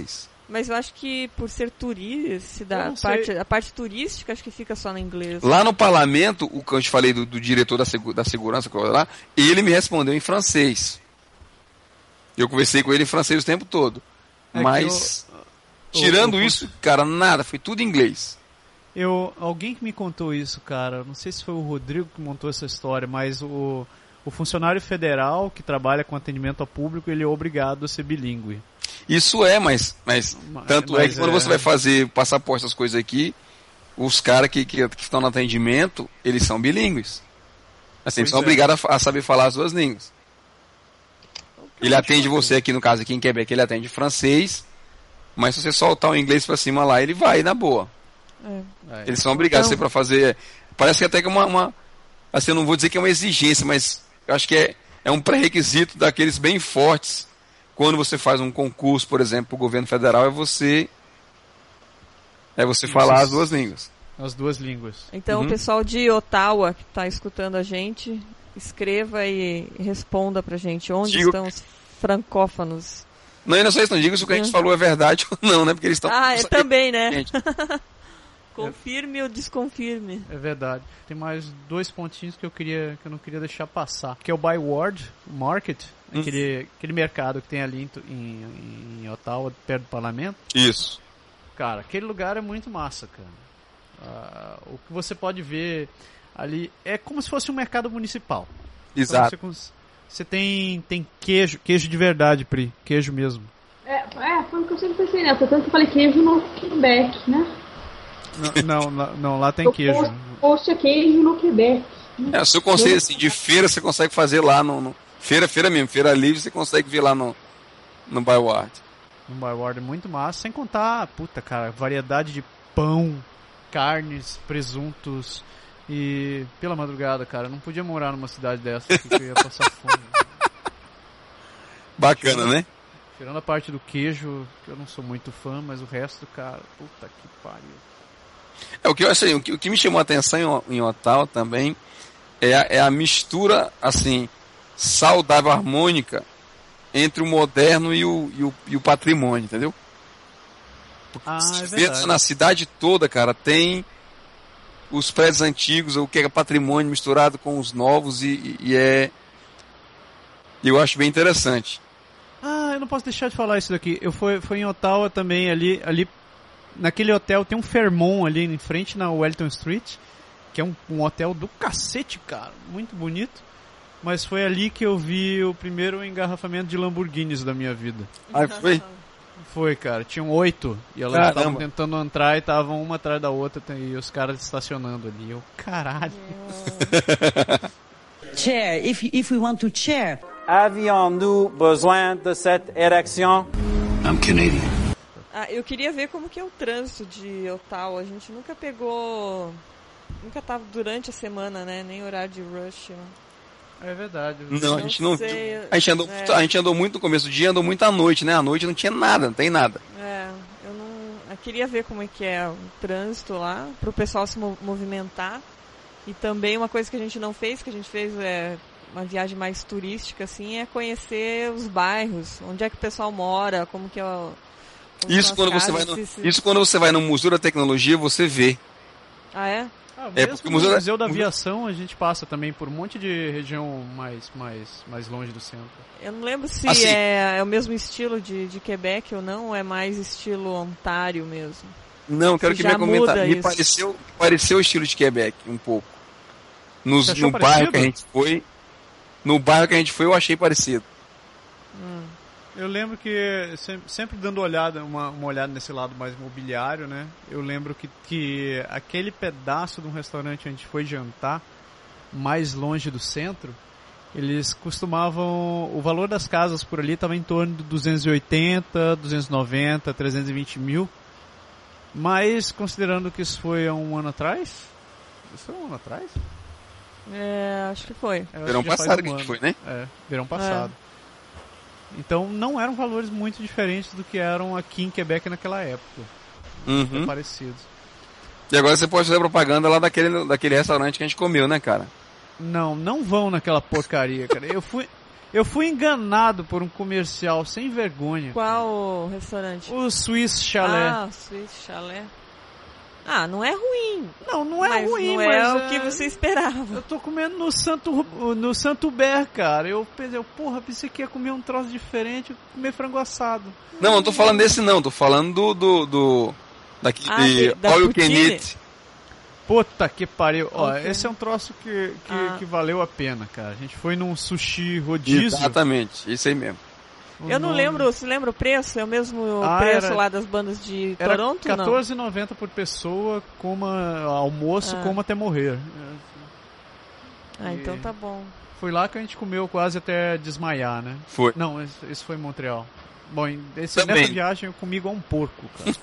Mas eu acho que por ser turista, a parte turística, acho que fica só no inglês. Lá no parlamento, o que eu te falei do diretor da segurança, lá, ele me respondeu em francês. Eu conversei com ele em francês o tempo todo. Mas, tirando isso, cara, nada, foi tudo em inglês. Alguém que me contou isso, cara, não sei se foi o Rodrigo que montou essa história, mas o funcionário federal que trabalha com atendimento ao público, ele é obrigado a ser bilíngue. Isso mas tanto é que quando você vai fazer passaporte, essas coisas aqui, os caras que estão no atendimento, eles são bilíngues. Assim, eles são obrigados a saber falar as duas línguas. Ele atende você aqui, no caso aqui em Quebec, ele atende francês, mas se você soltar o inglês pra cima lá, ele vai na boa. Eles são obrigados para fazer. Parece que até que assim, eu não vou dizer que é uma exigência, mas eu acho que é um pré-requisito daqueles bem fortes. Quando você faz um concurso, por exemplo, para o governo federal, é você falar as duas línguas. As duas línguas. Então, o pessoal de Ottawa que está escutando a gente, escreva e responda pra gente onde estão os francófonos. Não, eu não sei se não diga se o que a gente falou é verdade ou não, né? Porque eles estão... também, né? Confirme ou desconfirme. É verdade. Tem mais 2 pontinhos que eu não queria deixar passar. Que é o Byward Market, aquele mercado que tem ali em Ottawa, perto do parlamento. Isso. Cara, aquele lugar é muito massa, cara. O que você pode ver ali é como se fosse um mercado municipal. Exato. Então você tem queijo de verdade, Pri. Queijo mesmo. Foi o que eu sempre pensei, né? Portanto, que eu falei queijo no Quebec, né? Não, lá tem queijo. Poxa, queijo no Quebec. Se eu consigo, assim, de feira, você consegue fazer lá no feira mesmo, feira livre, você consegue ver lá no Byward. No Byward é muito massa, sem contar, cara, variedade de pão, carnes, presuntos e pela madrugada, cara, eu não podia morar numa cidade dessa porque eu ia passar fome. Bacana, né? Tirando a parte do queijo, que eu não sou muito fã, mas o resto, cara, puta que pariu. O que me chamou a atenção em Ottawa também é a mistura, assim, saudável, harmônica entre o moderno e o patrimônio, entendeu? Porque é verdade. Na cidade toda, cara, tem os prédios antigos, o que é patrimônio misturado com os novos eu acho bem interessante. Eu não posso deixar de falar isso daqui. Foi em Ottawa também, ali naquele hotel tem um Fairmont ali em frente na Wellington Street, que é um hotel do cacete, cara, muito bonito. Mas foi ali que eu vi o primeiro engarrafamento de Lamborghinis da minha vida. Foi? Foi, cara. Tinham 8 e elas estavam tentando entrar e estavam uma atrás da outra e os caras estacionando ali. Eu, caralho. Chair, if we want to chair. Avions-nous besoin de cette érection? I'm Canadian. Eu queria ver como que é o trânsito de Ottawa. A gente nunca tava durante a semana, né? Nem horário de rush. É verdade. Não, a gente não. A gente andou muito no começo do dia, andou muito à noite, né? À noite não tinha nada, não tem nada. Eu queria ver como é que é o trânsito lá, pro pessoal se movimentar. E também uma coisa que a gente não fez, que a gente fez uma viagem mais turística, assim, é conhecer os bairros, onde é que o pessoal mora, como que é isso quando você vai no Museu da Tecnologia, você vê. Ah, é? Porque o Museu da Aviação a gente passa também por um monte de região mais longe do centro. Eu não lembro se é o mesmo estilo de Quebec ou não, ou é mais estilo Ontário mesmo. Não, quero que me comentar. Me pareceu o estilo de Quebec, um pouco. No bairro que a gente foi. No bairro que a gente foi, eu achei parecido. Eu lembro que, sempre dando uma olhada nesse lado mais imobiliário, né? Eu lembro que aquele pedaço de um restaurante onde a gente foi jantar, mais longe do centro, eles costumavam... O valor das casas por ali estava em torno de 280, 290, 320 mil. Mas, considerando que isso foi há um ano atrás... Isso foi um ano atrás? Acho que foi. Verão passado que a gente foi, né? Verão passado. Então não eram valores muito diferentes do que eram aqui em Quebec naquela época. Muito parecidos. E agora você pode fazer propaganda lá daquele restaurante que a gente comeu, né, cara? Não vão naquela porcaria, cara. Eu fui enganado por um comercial sem vergonha. Qual restaurante? O Swiss Chalet. Ah, Swiss Chalet. Ah, não é ruim. Não é mas ruim, não mas é o que você esperava. Eu tô comendo no Santo Ber, cara. Eu pensei que ia comer um troço diferente, comer frango assado. Não tô falando desse não, tô falando daquele All You Can Eat. Puta que pariu. Ó, Okay. esse é um troço que valeu a pena, cara. A gente foi num sushi rodízio. Exatamente, isso aí mesmo. Eu não lembro, você lembra o preço? É o mesmo preço lá das bandas de Toronto? Era R$14,90 por pessoa, coma almoço, coma até morrer. Então tá bom. Foi lá que a gente comeu quase até desmaiar, né? Foi. Não, esse foi em Montreal. Bom, Também. nessa viagem eu comi igual um porco, cara.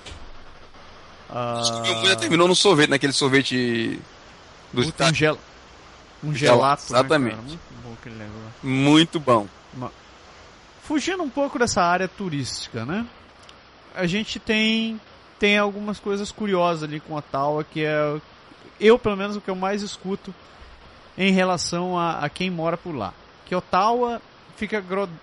Meu mulher terminou no sorvete, naquele sorvete do um gelato, exatamente. Né, cara? Muito bom aquele negócio. Muito bom. Fugindo um pouco dessa área turística, né? A gente tem algumas coisas curiosas ali com Ottawa, que é, pelo menos, o que eu mais escuto em relação a quem mora por lá. Que Ottawa fica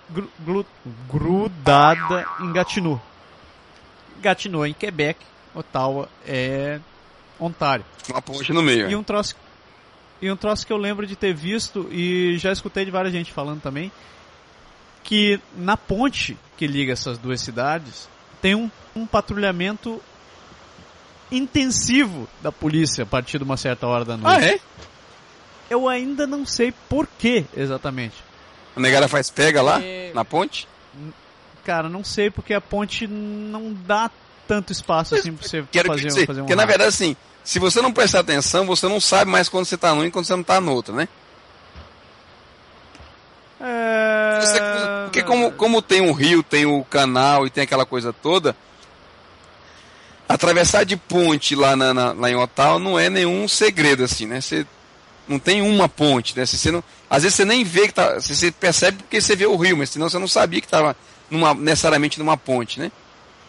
grudada em Gatineau. Gatineau é em Quebec, Ottawa é Ontário. Uma ponte no meio. E um troço que eu lembro de ter visto, e já escutei de várias gente falando também, que na ponte que liga essas duas cidades tem um patrulhamento intensivo da polícia a partir de uma certa hora da noite. Ah, é? Eu ainda não sei por que exatamente. A negada faz pega lá, na ponte? Cara, não sei, porque a ponte não dá tanto espaço assim pra você fazer um porque na verdade assim, se você não prestar atenção, você não sabe mais quando você tá num e quando você não tá no outro, né? Porque como tem um rio, tem o canal e tem aquela coisa toda, atravessar de ponte lá em Ottawa não é nenhum segredo assim, né? Você não tem uma ponte, né? Às vezes você nem vê que tá, você percebe porque você vê o rio, mas senão você não sabia que estava necessariamente numa ponte, né?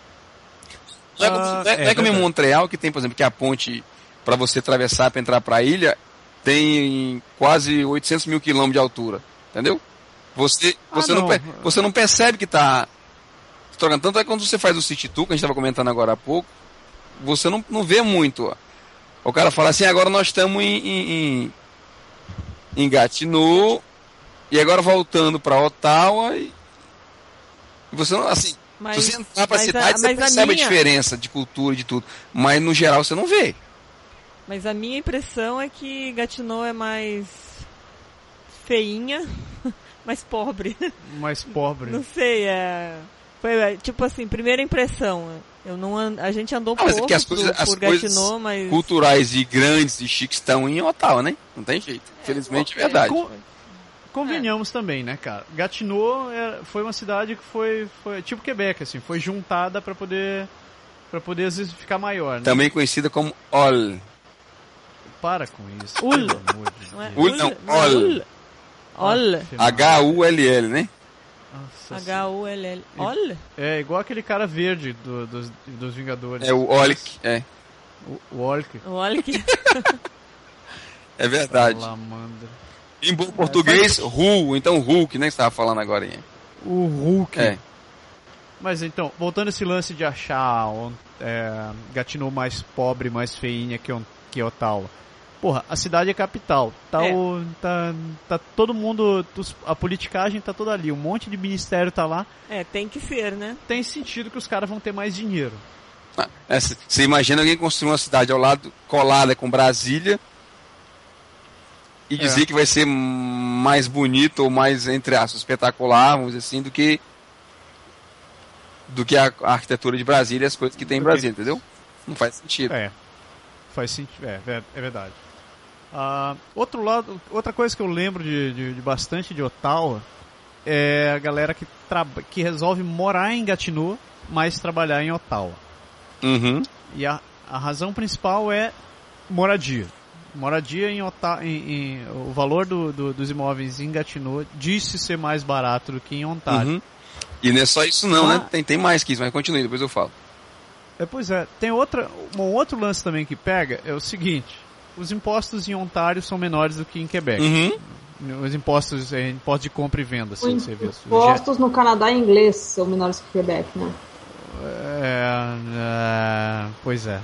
Não é como em Montreal, que tem, por exemplo, que a ponte para você atravessar para entrar para a ilha tem quase 800 mil quilômetros de altura, entendeu? Você não percebe que está trocando. Tanto é que quando você faz o City Tour, que a gente estava comentando agora há pouco, você não vê muito. Ó. O cara fala assim, agora nós estamos em Gatineau, e agora voltando para Ottawa, e você não, assim, se você entrar para a cidade, você percebe a diferença de cultura e de tudo, mas no geral você não vê. Mas a minha impressão é que Gatineau é mais feinha, mais pobre. Mais pobre. Não sei, foi tipo assim, primeira impressão. A gente andou pouco porque as coisas Gatineau, mas culturais e grandes e chiques estão em Ottawa, né? Não tem jeito. Infelizmente é verdade. Convenhamos também, né, cara? Gatineau foi uma cidade que foi tipo Quebec, assim, foi juntada para poder às vezes ficar maior, né? Também conhecida como Ol. Para com isso. Ul. Ol. Ol. H-U-L-L, né? H-U-L-L. Ol? É igual aquele cara verde dos Vingadores. É o Olik, é. O Olik. O Olik. É verdade. Salamandra. Em bom português, então Hulk, né, que você estava falando agora. Hein? O Hulk. É. Mas então, voltando a esse lance de achar Gatineau mais pobre, mais feinha que Ottawa. Porra, a cidade é capital. Tá todo mundo, a politicagem tá toda ali. Um monte de ministério tá lá. Tem que ser, né? Tem sentido que os caras vão ter mais dinheiro. Você imagina alguém construir uma cidade ao lado, colada com Brasília, e dizer que vai ser mais bonito ou mais, entre aspas, espetacular, vamos dizer assim, do que a arquitetura de Brasília e as coisas que tem em Brasília, entendeu? Não faz sentido. Faz sentido, é verdade. Outra coisa que eu lembro de bastante de Ottawa é a galera que resolve morar em Gatineau, mas trabalhar em Ottawa. Uhum. E a razão principal é moradia. Moradia em Ottawa, o valor dos imóveis em Gatineau disse ser mais barato do que em Ontário. Uhum. E não é só isso não, né? Tem mais que isso, mas continue, depois eu falo. Pois é, tem um outro lance também que pega, é o seguinte, os impostos em Ontário são menores do que em Quebec. Uhum. Os impostos de compra e venda, assim, Os serviço. impostos no Canadá em inglês são menores que Quebec, né? Pois é.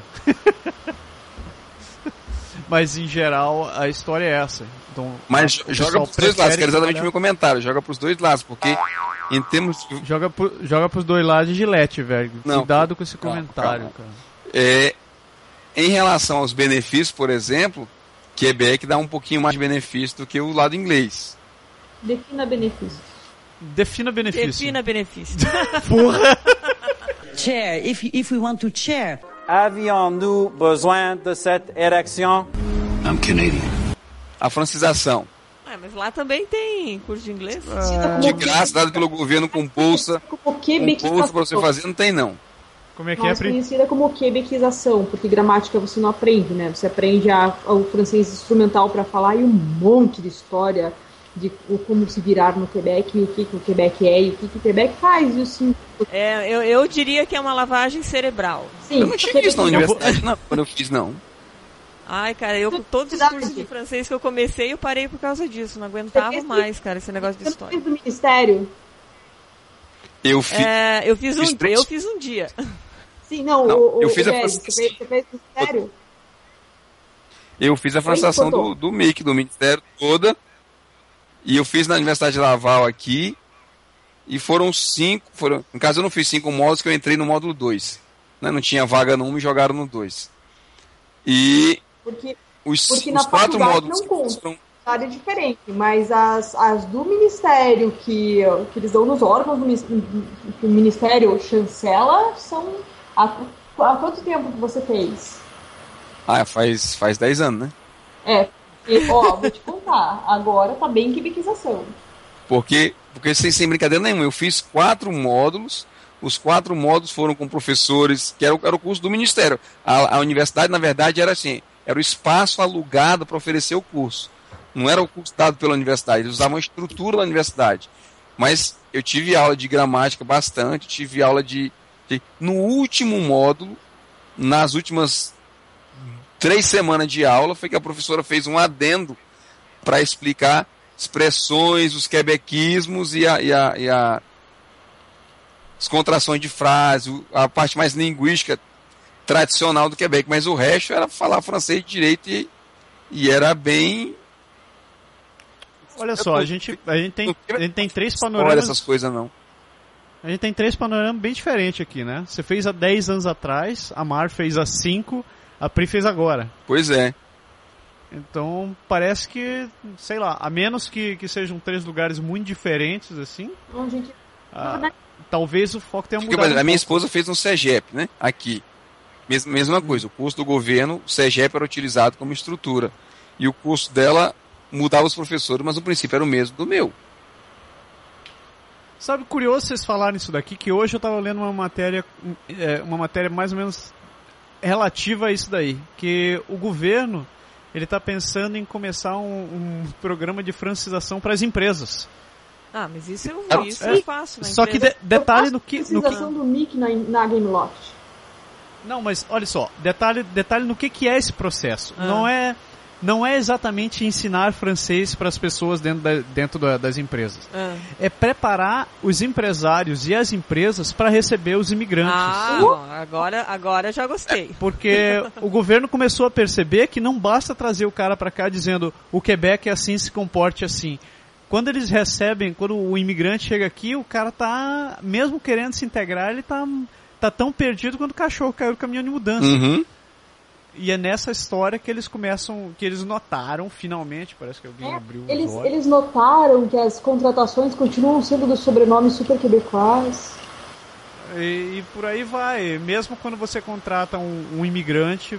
Mas em geral a história é essa. Então, Mas joga pros dois lados, quero exatamente o meu comentário. Joga pros dois lados, porque em termos de... Joga pros dois lados de Gillette, velho. Não, cuidado com esse comentário, cara. Em relação aos benefícios, por exemplo, Quebec dá um pouquinho mais de benefício do que o lado inglês. Defina benefícios. Defina benefício. Defina benefício. Porra! Chair, if we want to chair. Avions-nous besoin de cette élection? I'm Canadian. A francização. Mas lá também tem curso de inglês. De graça, dado pelo governo com bolsa. Como Bolsa pra você fazer, não tem não. Como é que mais conhecida como quebequização, porque gramática você não aprende, né? Você aprende o francês instrumental para falar e um monte de história de como se virar no Quebec, e o que o Quebec é, e o que o Quebec faz, e assim... Eu diria que é uma lavagem cerebral. Sim, Eu não tinha isso na universidade, não, quando eu fiz, não. Ai, cara, todos os cursos de francês que eu comecei, eu parei por causa disso. Não aguentava mais, cara, esse negócio de história. Você fez do Ministério? Eu fiz um dia. Sim, não, eu fiz a você fez do Ministério? Eu fiz a francização do MIC, do Ministério toda, e eu fiz na Universidade de Laval aqui, e no caso eu não fiz 5 módulos, que eu entrei no módulo 2. Né? Não tinha vaga no 1, me jogaram no 2. E porque os na 4 módulos não conta, área diferente, mas as do Ministério que eles dão nos órgãos que o Ministério chancela são... Há quanto tempo que você fez? Faz 10 anos, né? Vou te contar, agora tá bem quebequização. Porque sem brincadeira nenhuma, eu fiz 4 módulos, os 4 módulos foram com professores, que era o curso do Ministério. A universidade, na verdade, era assim, era o espaço alugado para oferecer o curso. Não era o curso dado pela universidade, eles usavam a estrutura da universidade. Mas eu tive aula de gramática bastante, tive aula no último módulo, nas últimas 3 semanas de aula, foi que a professora fez um adendo para explicar expressões, os quebequismos e as contrações de frase, a parte mais linguística tradicional do Quebec, mas o resto era falar francês direito e era bem... Olha só, a gente tem 3 panoramas... Olha essas coisas não. A gente tem 3 panoramas bem diferentes aqui, né? Você fez há 10 anos atrás, a Mar fez há 5, a Pri fez agora. Pois é. Então, parece que, sei lá, a menos que sejam 3 lugares muito diferentes, assim... Não, gente... talvez o foco tenha mudado. A minha esposa fez um CEGEP, né? Aqui. Mesma coisa, o curso do governo, o CEGEP era utilizado como estrutura. E o curso dela mudava os professores, mas o princípio era o mesmo do meu. Sabe, curioso vocês falarem isso daqui, que hoje eu estava lendo uma matéria mais ou menos relativa a isso daí, que o governo ele está pensando em começar um programa de francização para as empresas. Ah, mas isso eu faço. Só que detalhe no que... Francização do MIC na Gameloft. Não, mas olha só, detalhe no que é esse processo. Não é exatamente ensinar francês para as pessoas dentro das empresas. É preparar os empresários e as empresas para receber os imigrantes. Agora já gostei. Porque o governo começou a perceber que não basta trazer o cara para cá dizendo o Quebec é assim, se comporte assim. Quando eles recebem, quando o imigrante chega aqui, o cara tá, mesmo querendo se integrar, ele tá tão perdido quanto o cachorro caiu no caminhão de mudança. Uhum. E é nessa história que eles notaram, finalmente, parece que alguém abriu os olhos. Eles notaram que as contratações continuam sendo do sobrenome super quebecois. E por aí vai. Mesmo quando você contrata um imigrante,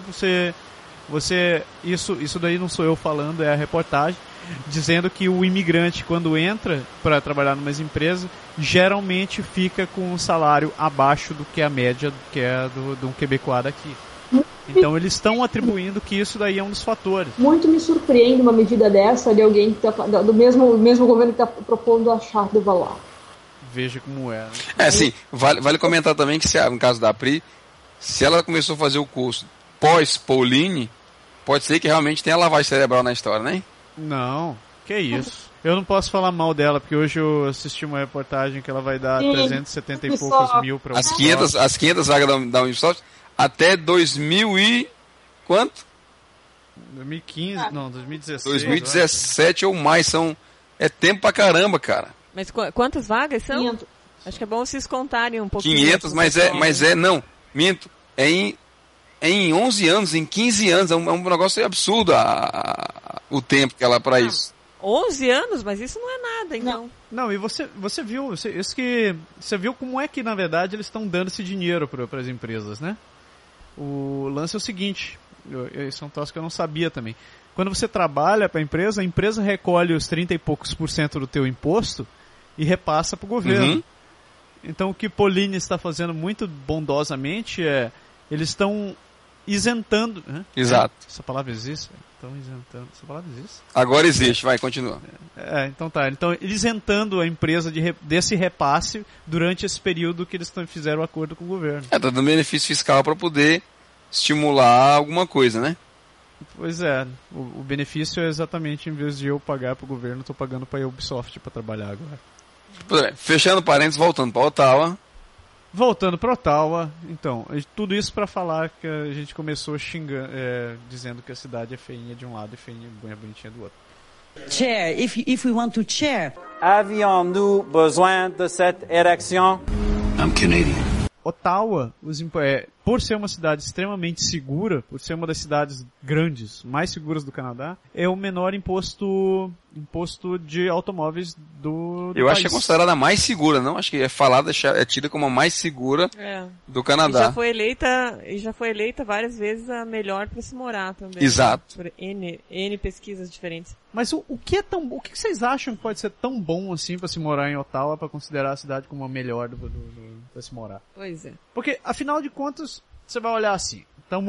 isso daí não sou eu falando, é a reportagem, dizendo que o imigrante, quando entra para trabalhar numa empresa, geralmente fica com um salário abaixo do que a média que é do quebecois daqui. Então eles estão atribuindo que isso daí é um dos fatores. Muito me surpreende uma medida dessa de alguém que tá, do mesmo governo que está propondo a Charte de Valois. Veja como é. Né? Sim, vale comentar também que no caso da Pri, se ela começou a fazer o curso pós-Pauline, pode ser que realmente tenha lavagem cerebral na história, né? Não. Que isso. Eu não posso falar mal dela, porque hoje eu assisti uma reportagem que ela vai dar 370 e poucos mil pra As 500 vagas da Ubisoft até 2000 e... quanto? 2015, não, 2016. 2017 ou mais, é tempo pra caramba, cara. Mas quantas vagas são? 500. Acho que é bom vocês contarem um pouquinho. 500, não, minto. É em 11 anos, em 15 anos, é um negócio absurdo o tempo que ela pra isso. 11 anos? Mas isso não é nada, então. Não, e você viu, você viu como é que, na verdade, eles estão dando esse dinheiro para as empresas, né? O lance é o seguinte, isso é um troço que eu não sabia também. Quando você trabalha para a empresa recolhe os 30 e poucos % do teu imposto e repassa para o governo. Uhum. Então o que Pauline está fazendo muito bondosamente eles estão isentando... Né? Exato. Essa palavra existe? Estão isentando. Essa palavra existe? Agora existe, vai, continua. Então tá. Então, isentando a empresa desse repasse durante esse período que eles fizeram o acordo com o governo. Tá dando benefício fiscal para poder estimular alguma coisa, né? Pois é. O benefício é exatamente, em vez de eu pagar pro governo, eu tô pagando pra Ubisoft pra trabalhar agora. Fechando parênteses, voltando para Ottawa. Voltando para Ottawa, então, tudo isso para falar que a gente começou xingando, dizendo que a cidade é feinha de um lado e bonitinha do outro. Chair, if we want to chair. Avions-nous besoin de cette élection? I'm Canadian. Ottawa, por ser uma cidade extremamente segura, por ser uma das cidades grandes, mais seguras do Canadá, é o menor imposto de automóveis do Eu país. acho que é considerada a mais segura, não? Acho que é tida como a mais segura do Canadá. E já foi eleita várias vezes a melhor para se morar também. Exato. Por N pesquisas diferentes. Mas o que vocês acham que pode ser tão bom assim para se morar em Ottawa, para considerar a cidade como a melhor para se morar? Pois é. Porque, afinal de contas, você vai olhar assim,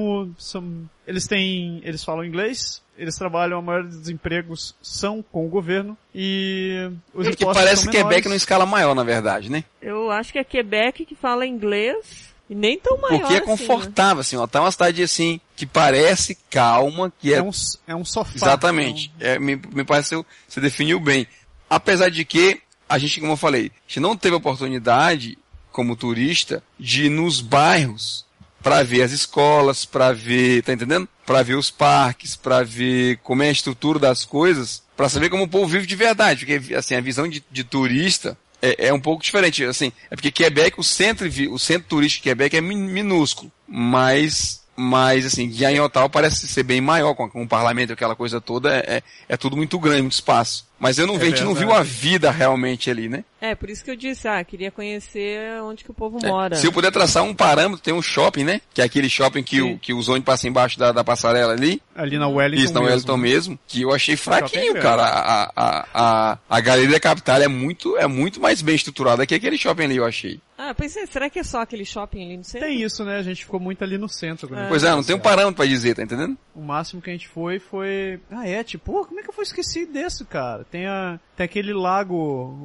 eles falam inglês, eles trabalham, a maioria dos empregos são com o governo, e os impostos parece são Quebec menores. numa escala maior, na verdade, né? Eu acho que é Quebec que fala inglês, e nem tão maior Porque é assim, confortável, assim, ó, tá uma cidade assim, que parece calma, que é um sofá. Exatamente. Me parece que você definiu bem. Apesar de que, a gente, como eu falei, a gente não teve oportunidade, como turista, de ir nos bairros para ver as escolas, para ver, tá entendendo? Para ver os parques, para ver como é a estrutura das coisas, para saber como o povo vive de verdade, porque assim, a visão de turista é um pouco diferente, assim, é porque Quebec, o centro turístico de Quebec é minúsculo, mas assim, já em Ottawa parece ser bem maior, com o parlamento, aquela coisa toda, é tudo muito grande, muito espaço. Mas a gente não viu a vida realmente ali, né? Por isso que eu disse, queria conhecer onde que o povo mora. Se eu puder traçar um parâmetro, tem um shopping, né? Que é aquele shopping que os ônibus passam embaixo da passarela ali. Ali na Wellington Isso, na Wellington mesmo. Que eu achei fraquinho, cara. A Galeria Capital é muito mais bem estruturada que aquele shopping ali, eu achei. Pensei, será que é só aquele shopping ali no centro? Tem isso, né? A gente ficou muito ali no centro. Pois não tem um parâmetro pra dizer, tá entendendo? O máximo que a gente foi... como é que eu esqueci desse, cara? Tem aquele lago,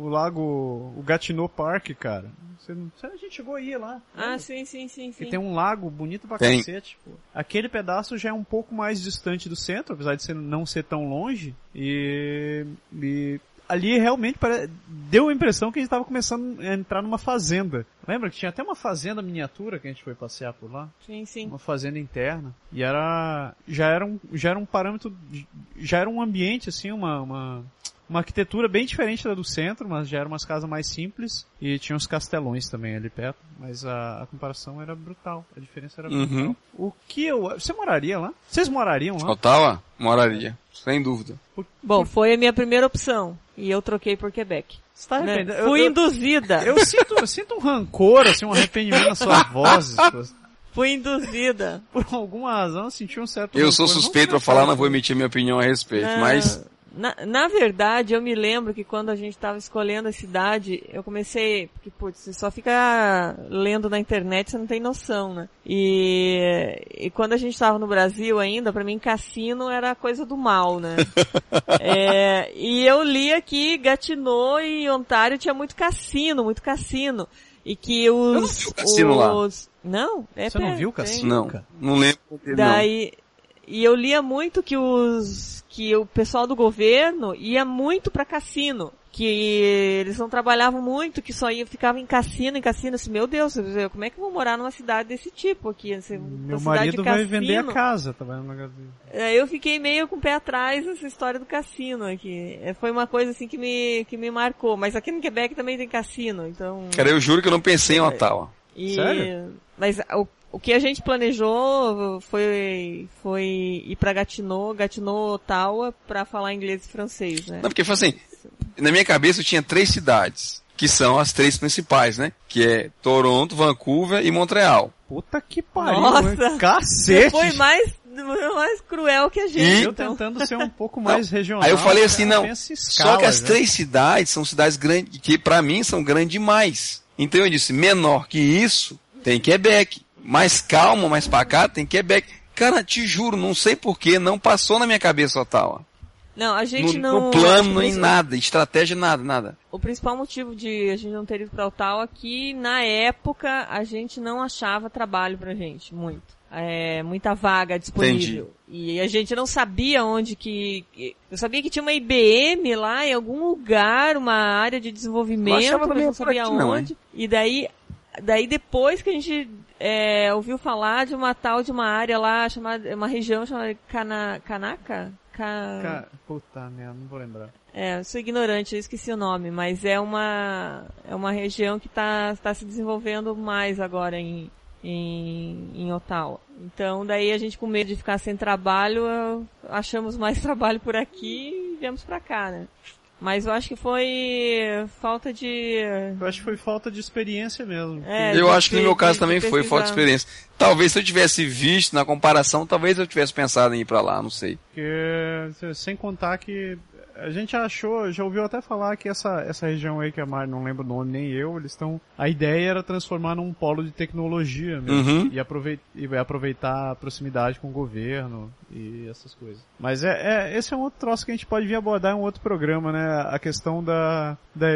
o Gatineau Park, cara. A gente chegou aí lá. Sim. E tem um lago bonito pra cacete, pô. Aquele pedaço já é um pouco mais distante do centro, apesar de não ser tão longe. E ali realmente deu a impressão que a gente estava começando a entrar numa fazenda. Lembra que tinha até uma fazenda miniatura que a gente foi passear por lá? Sim. Uma fazenda interna. E já era um parâmetro, já era um ambiente assim, uma arquitetura bem diferente da do centro, mas já eram umas casas mais simples e tinha uns castelões também ali perto, mas a comparação era brutal, a diferença era brutal. Você moraria lá? Vocês morariam lá? Ottawa? Moraria, sem dúvida. Bom, foi a minha primeira opção e eu troquei por Quebec. Você tá arrependendo? Fui induzida. Eu sinto um rancor, assim, um arrependimento nas suas vozes. Fui induzida. Por alguma razão eu senti um certo Eu sou suspeito pra falar, não vou emitir minha opinião a respeito, mas... Na verdade, eu me lembro que quando a gente estava escolhendo a cidade, eu comecei, porque, você só fica lendo na internet, você não tem noção, né? E quando a gente estava no Brasil ainda, pra mim, cassino era coisa do mal, né? E eu li aqui, Gatineau e Ontário tinha muito cassino. E que os... Eu não vi o cassino lá. Não? Você não viu o cassino? Não lembro. Daí... E eu lia muito que o pessoal do governo ia muito pra cassino. Que eles não trabalhavam muito, que ficavam em cassino, assim, meu Deus, como é que eu vou morar numa cidade desse tipo aqui? Assim, meu marido vai vender a casa, tá vendo? Eu fiquei meio com o pé atrás nessa história do cassino aqui. Foi uma coisa assim que me marcou, mas aqui no Quebec também tem cassino, então... Cara, eu juro que eu não pensei em Ottawa. Sério? Mas o que a gente planejou foi ir pra Gatineau, Ottawa, pra falar inglês e francês, né? Não, porque foi assim, na minha cabeça eu tinha 3 cidades, que são as 3 principais, né? Que é Toronto, Vancouver e Montreal. Puta que pariu, Nossa, cacete! Foi mais cruel que a gente. Eu tentando ser um pouco mais regional. Aí eu falei assim, não, escala, só que as 3 cidades são cidades grandes, que pra mim são grandes demais. Então eu disse, menor que isso, tem Quebec. Mais calmo, mais pacato, tem Quebec. Cara, te juro, não sei porquê, não passou na minha cabeça Ottawa. Não, a gente no plano, em nada, estratégia, nada. O principal motivo de a gente não ter ido pra Ottawa é que, na época, a gente não achava trabalho pra gente, muito. Muita vaga disponível. Entendi. E a gente não sabia onde que... Eu sabia que tinha uma IBM lá, em algum lugar, uma área de desenvolvimento, mas não sabia onde. E daí depois que a gente ouviu falar de uma área lá, uma região chamada Kanaka? Puta merda, não vou lembrar. Eu sou ignorante, eu esqueci o nome, mas é uma região que tá se desenvolvendo mais agora em Ottawa. Então, daí a gente, com medo de ficar sem trabalho, achamos mais trabalho por aqui e viemos pra cá, né? Mas eu acho que foi falta de... Eu acho que foi falta de experiência mesmo. Eu acho que no meu caso também foi falta de experiência. Talvez se eu tivesse visto na comparação, talvez eu tivesse pensado em ir pra lá, não sei. Porque, sem contar que a gente já ouviu até falar que essa região aí que a Mari, não lembro o nome, nem eu, a ideia era transformar num polo de tecnologia mesmo, e aproveitar a proximidade com o governo e essas coisas. Mas esse é um outro troço que a gente pode vir abordar em um outro programa, né? A questão da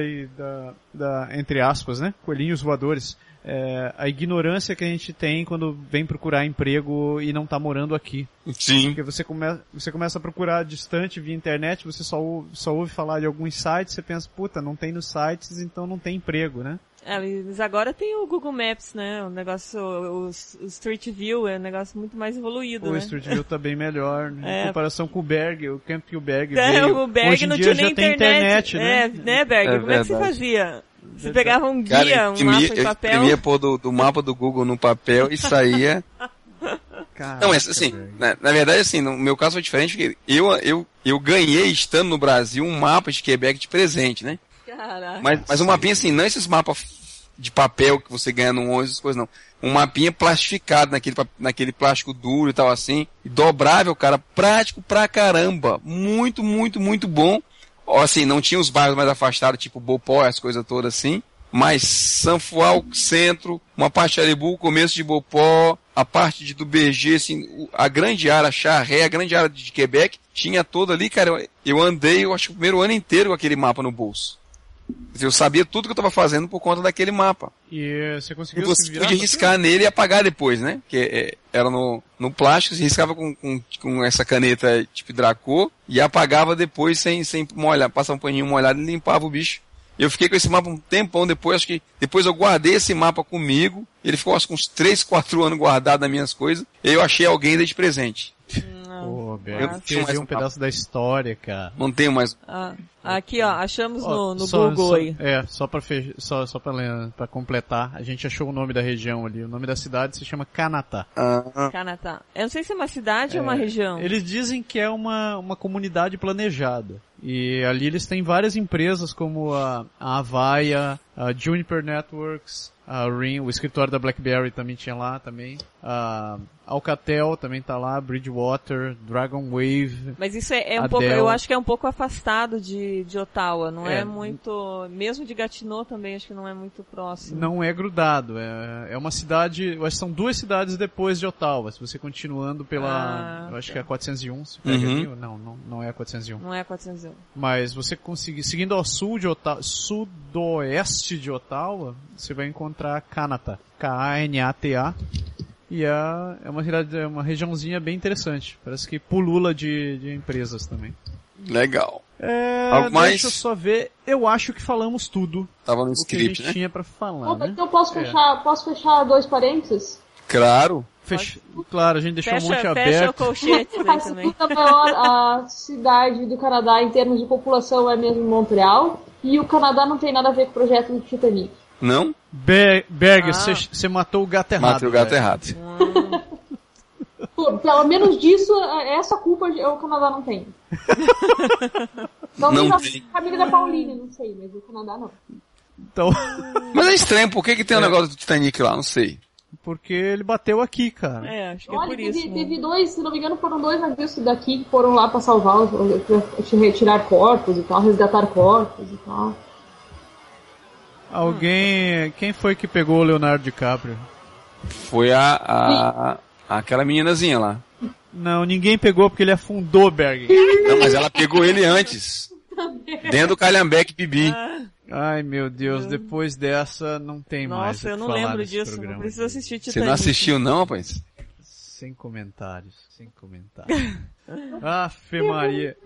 entre aspas, né? Coelhinhos voadores. A ignorância que a gente tem quando vem procurar emprego e não tá morando aqui. Sim. Porque você começa a procurar distante via internet, você só ouve falar de alguns sites, você pensa, puta, não tem nos sites, então não tem emprego, né? Mas agora tem o Google Maps, né? O negócio, o Street View é um negócio muito mais evoluído, né? O Street View tá bem melhor, em comparação com o Berg, o tempo que o Berg veio. O Berg hoje em não dia tinha nem já tem internet, né? Né, Berg? Como é que você fazia? Você pegava um guia, um mapa em papel... Eu imprimia do mapa do Google no papel e saía... Caraca, não, mas assim, na verdade assim, no meu caso foi diferente, porque eu ganhei, estando no Brasil, um mapa de Quebec de presente, né? Caraca. Mas um mapinha assim, não esses mapas de papel que você ganha no ônibus, essas coisas não. Um mapinha plastificado, naquele plástico duro e tal assim, e dobrável, cara, prático pra caramba, muito, muito, muito bom. Assim, não tinha os bairros mais afastados, tipo Beauport, as coisas todas assim, mas Sanfual, centro, uma parte de Aribu, começo de Beauport, a parte do Berger, assim, a grande área, Charré, a grande área de Quebec, tinha toda ali, cara, eu andei, eu acho que o primeiro ano inteiro com aquele mapa no bolso. Eu sabia tudo que eu estava fazendo por conta daquele mapa. E você conseguiu você podia riscar nele e apagar depois, né? Porque era no plástico, você riscava com essa caneta tipo Draco e apagava depois sem molhar, passava um paninho molhado e limpava o bicho. Eu fiquei com esse mapa um tempão depois, acho que depois eu guardei esse mapa comigo, ele ficou acho que uns 3, 4 anos guardado nas minhas coisas, e eu achei alguém de presente. Pô, Berg, perdi um pedaço da história, cara. Não tenho mais. Aqui, ó, achamos no Google aí. Só pra completar, a gente achou o nome da região ali. O nome da cidade se chama Kanata. Kanata. Eu não sei se é uma cidade ou uma região. Eles dizem que é uma comunidade planejada. E ali eles têm várias empresas como a Avaya, a Juniper Networks, a Ring, o escritório da BlackBerry também tinha lá também. A Alcatel também tá lá, Bridgewater, Dragon Wave. Mas isso é um pouco, eu acho que é um pouco afastado de Ottawa, não é muito, mesmo de Gatineau também acho que não é muito próximo. Não é grudado, é uma cidade, eu acho que são 2 cidades depois de Ottawa, se você continuando pela, eu acho que é a 401, se pega ali, não é a 401. Não é a 401. Mas você conseguir, seguindo ao sul de Ottawa, sudoeste de Ottawa, você vai encontrar Kanata, Kanata. E é uma cidade, é uma regiãozinha bem interessante. Parece que pulula de empresas também. Legal. Algo mais? Deixa eu só ver. Eu acho que falamos tudo. Tava no o script, que a gente né? tinha pra falar, Opa, né? então posso fechar 2 parênteses? Claro. Claro, a gente deixou um monte Fecha o aberto. colchete daí A também. segunda maior cidade do Canadá em termos de população é mesmo Montreal. E o Canadá não tem nada a ver com o projeto do Titanic. Não? Berg, você matou o gato errado. Matei o gato velho. errado. Pelo menos disso, essa culpa o Canadá não tem. Talvez Não a tem. família da Pauline, não sei, mas o Canadá não. Então, Mas é estranho, por que tem um negócio do Titanic lá? Não sei. porque ele bateu aqui, cara. Acho que é Olha, por isso. teve 2, se não me engano, foram 2 navios daqui que foram lá pra salvar, pra retirar corpos e tal, resgatar corpos e tal. Quem foi que pegou o Leonardo DiCaprio? Foi aquela meninazinha lá. Não, ninguém pegou porque ele afundou, Berg. Não, mas ela pegou ele antes. Dentro do Calhambeque Bibi. Ai, meu Deus, depois dessa não tem mais. Nossa, eu não lembro disso. Não preciso assistir Titanic. Você não assistiu não, rapaz? Sem comentários. Afe Maria.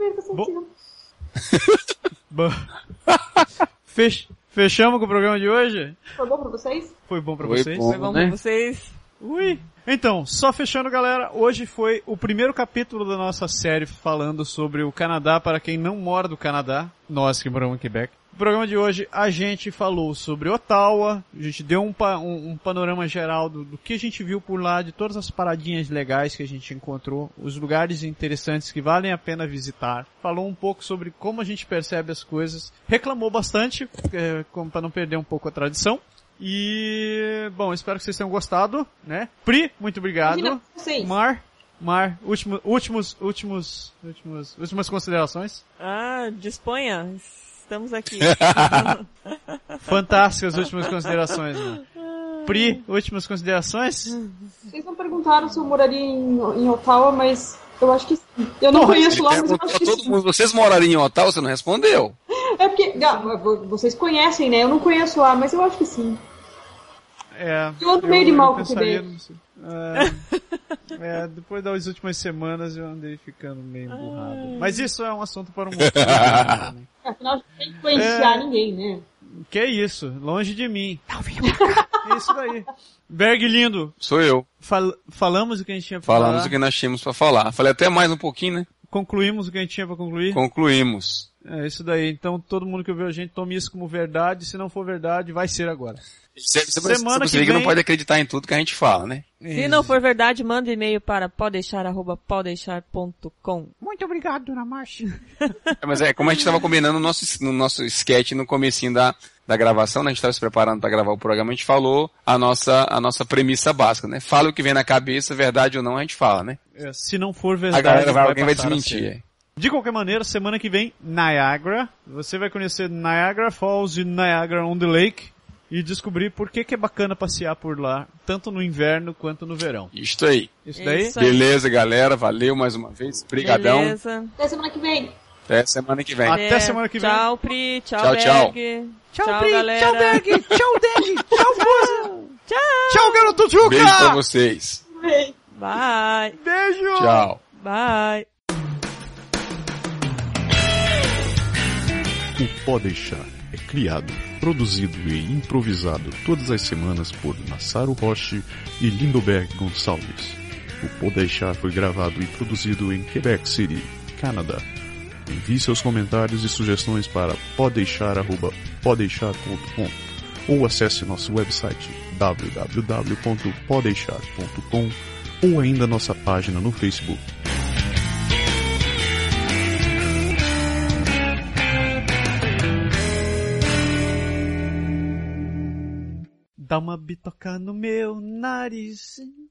Fechamos com o programa de hoje? Foi bom pra vocês? Foi bom pra Foi vocês? bom. Foi bom né? pra vocês? Ui! Então, só fechando, galera, hoje foi o primeiro capítulo da nossa série falando sobre o Canadá para quem não mora do Canadá, nós que moramos em Quebec. No programa de hoje, a gente falou sobre Ottawa, a gente deu um panorama geral do que a gente viu por lá, de todas as paradinhas legais que a gente encontrou, os lugares interessantes que valem a pena visitar. Falou um pouco sobre como a gente percebe as coisas, reclamou bastante, para não perder um pouco a tradição. E, bom, espero que vocês tenham gostado, né? Pri, muito obrigado. Imagina vocês. Mar, últimas considerações. Disponha. Estamos aqui. Fantásticas últimas considerações, mano. Pri, últimas considerações? Vocês não perguntaram se eu moraria em Ottawa, mas eu acho que sim. Eu não conheço lá, mas eu acho que sim. Vocês morariam em Ottawa, você não respondeu. É porque, vocês conhecem, né? Eu não conheço lá, mas eu acho que sim. Eu ando meio de mal com o Quebec. Depois das últimas semanas eu andei ficando meio emburrado. Mas isso é um assunto para um outro programa, né? Afinal, não tem que influenciar ninguém, né? Que isso, longe de mim. Não, venha pra cá. É isso daí. Berg lindo. Sou eu. Falamos o que a gente tinha pra falar. Falamos o que nós tínhamos pra falar. Falei até mais um pouquinho, né? Concluímos o que a gente tinha pra concluir? Concluímos. É isso daí. Então todo mundo que ouviu a gente tome isso como verdade. Se não for verdade, vai ser agora. Semana que vem não pode acreditar em tudo que a gente fala, né? Se não for verdade, manda e-mail para podeixar@podeixar.com. Muito obrigado, dona Márcia. Mas como a gente estava combinando no nosso sketch no comecinho da gravação, né? A gente estava se preparando para gravar o programa, a gente falou a nossa premissa básica, né? Fala o que vem na cabeça, verdade ou não, a gente fala, né? Se não for verdade, a galera alguém vai desmentir. De qualquer maneira, semana que vem, Niagara. Você vai conhecer Niagara Falls e Niagara on the Lake. E descobrir por que é bacana passear por lá, tanto no inverno quanto no verão. Isso aí. Isso daí? Isso aí. Beleza, galera. Valeu mais uma vez. Brigadão. Beleza. Até semana que vem. Até semana que vem. Até semana que vem. Tchau, Pri. Tchau, Tchau, Berg. Tchau, Pri. galera. Tchau, Berg. Tchau, Deg. Tchau, Fusa. Tchau. Tchau, garoto Tchuca. Beijo pra vocês. Bye. Beijo. Tchau. Bye. O Pode Deixar é criado, produzido e improvisado todas as semanas por Massaro Roche e Lindoberg Gonçalves. O Pode Deixar foi gravado e produzido em Quebec City, Canadá. Envie seus comentários e sugestões para podeixar@podeixar.com ou acesse nosso website www.podeixar.com ou ainda nossa página no Facebook. Dá uma bitoca no meu nariz.